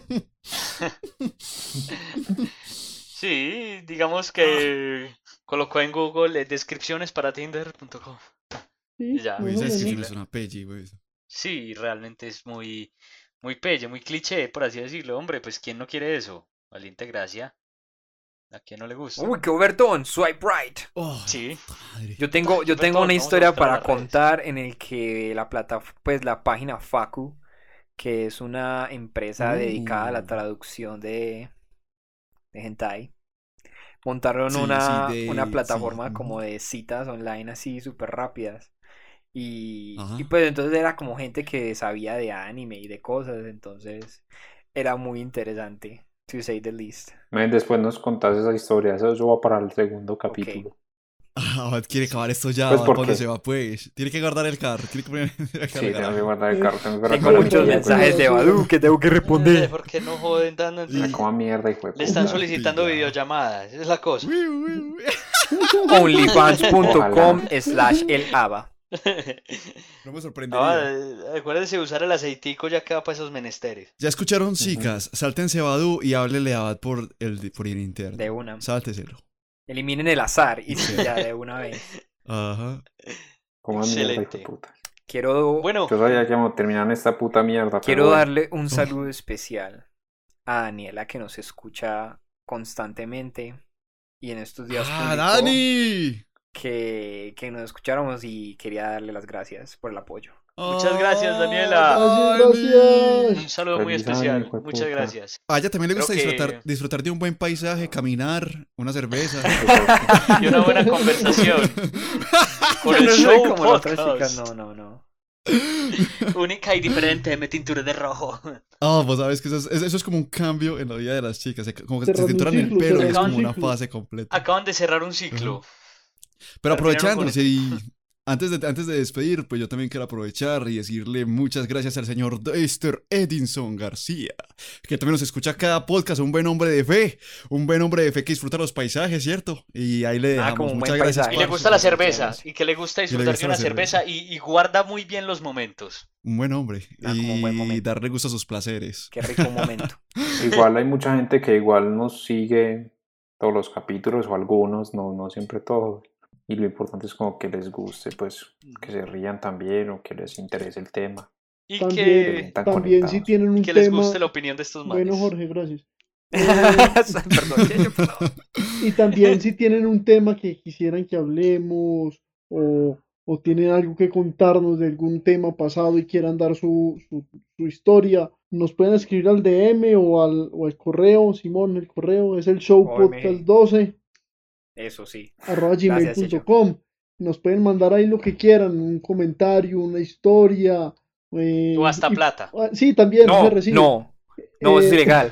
Sí, digamos que colocó en Google descripciones para Tinder.com. Sí, Ya. Güey, más o esa descripción menos. es una pelle, güey. Sí, realmente es muy, muy pelle, muy cliché, por así decirlo. Hombre, pues ¿quién no quiere eso? Valiente gracia. ¿A quién no le gusta? Uy, qué obertón, swipe right. Oh, Sí. madre. Yo tengo Roberto, una vamos a historia buscar para las redes. contar en el que la página Facu, que es una empresa dedicada a la traducción de hentai, montaron Sí, una sí, plataforma sí. como de citas online así súper rápidas. Y Ajá. pues entonces era como gente que sabía de anime y de cosas, entonces era muy interesante, to say the least. Men, después nos contás esa historia. Eso va para el segundo capítulo. Abad quiere acabar esto ya, Pues, Abad, ¿por ¿cuándo qué? se va, pues? Tiene que guardar el carro, tiene que poner el Sí, tengo que garaje. guardar el carro. Tengo que Tengo recoger muchos el mensajes de Badu que tengo que responder. ¿Por qué no joden dando? Y- Como mierda, hijo de Le están puta. solicitando pillado. videollamadas, esa es la cosa. Uy, uy, uy. Onlyfans.com/elaba. No me sorprendería. Acuérdense de usar el aceitico ya que va para esos menesteres. Ya escucharon, chicas. Sáltense Badu y háblele a Abad por el interno. De una. Sálteselo. Eliminen el azar y sí, ya de una vez. Ajá. Como mierda, hijo de Excelente. puta. Quiero, Bueno, Yo sabía que íbamos a terminar en esta puta mierda. quiero pero bueno. darle un saludo especial a Daniela que nos escucha constantemente y en estos días ¡Ah, publicó Dani! que nos escucháramos y quería darle las gracias por el apoyo. Muchas gracias, ¡Ah, Daniela. Gracias. un saludo muy Feliz año, especial. hijo de Muchas puta. gracias. A ella también le Creo gusta que- disfrutar de un buen paisaje, caminar, una cerveza. Y una buena conversación. Por el Yo no soy show como las otras podcast. chicas, no. Única y diferente, me tinturé de rojo. Ah, pues sabes que eso es como un cambio en la vida de las chicas. Como que se Cerrar un cinturan el ciclo, pelo y cerrar es un como una ciclo. fase completa. Acaban de cerrar un ciclo. Pero terminaron aprovechándonos y antes de despedir, pues yo también quiero aprovechar y decirle muchas gracias al señor Dexter Edinson García, que también nos escucha cada podcast, un buen hombre de fe que disfruta los paisajes, ¿cierto? Y ahí le dejamos. como un Muchas buen gracias. paisaje. Y le parce, gusta la por sus cerveza. mensajes. Y que le gusta le disfrutar gusta de la una cerveza y guarda muy bien los momentos. Un buen hombre. Como un buen Y momento. darle gusto a sus placeres. Qué rico momento. Igual hay mucha gente que igual nos sigue todos los capítulos o algunos, no siempre todos. Y lo importante es como que les guste, pues que se rían también o que les interese el tema. Y También, que, Tan también si conectados. tienen un que les tema. guste la opinión de estos manes. Bueno, Jorge, gracias. Perdón. Y también si tienen un tema que quisieran que hablemos o tienen algo que contarnos de algún tema pasado y quieran dar su historia, nos pueden escribir al DM o al correo, Simón, el correo es el showpodcast12 Eso sí. @gmail.com. Nos pueden mandar ahí lo que quieran, un comentario, una historia. O hasta plata. Sí, también se recibe. No, eso es ilegal.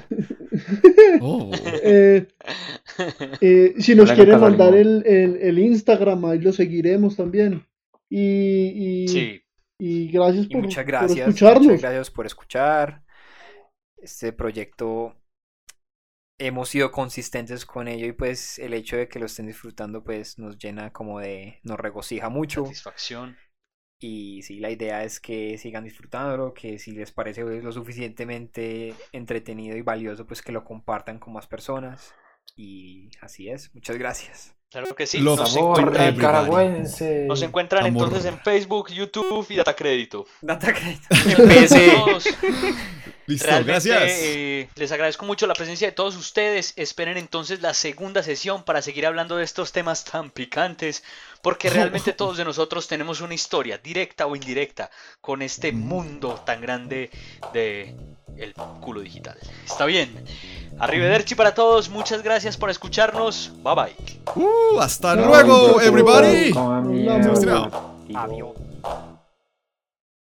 Si nos quieren mandar el Instagram, ahí lo seguiremos también. Sí. Y gracias por escucharnos. Muchas gracias por escuchar. Este proyecto hemos sido consistentes con ello y pues el hecho de que lo estén disfrutando pues nos llena nos regocija mucho. Satisfacción. Y sí, la idea es que sigan disfrutándolo, que si les parece lo suficientemente entretenido y valioso, pues que lo compartan con más personas. Y así es, muchas gracias. Claro que sí. Nos encuentran entonces en Facebook, YouTube y Datacrédito. En PC. Listo, Realmente, gracias. Les agradezco mucho la presencia de todos ustedes. Esperen entonces la segunda sesión para seguir hablando de estos temas tan picantes, porque realmente todos de nosotros tenemos una historia, directa o indirecta, con este mundo tan grande de el culo digital. Está bien. Arrivederci para todos. Muchas gracias por escucharnos. Bye bye. Hasta luego, everybody. Hablamos. Adiós.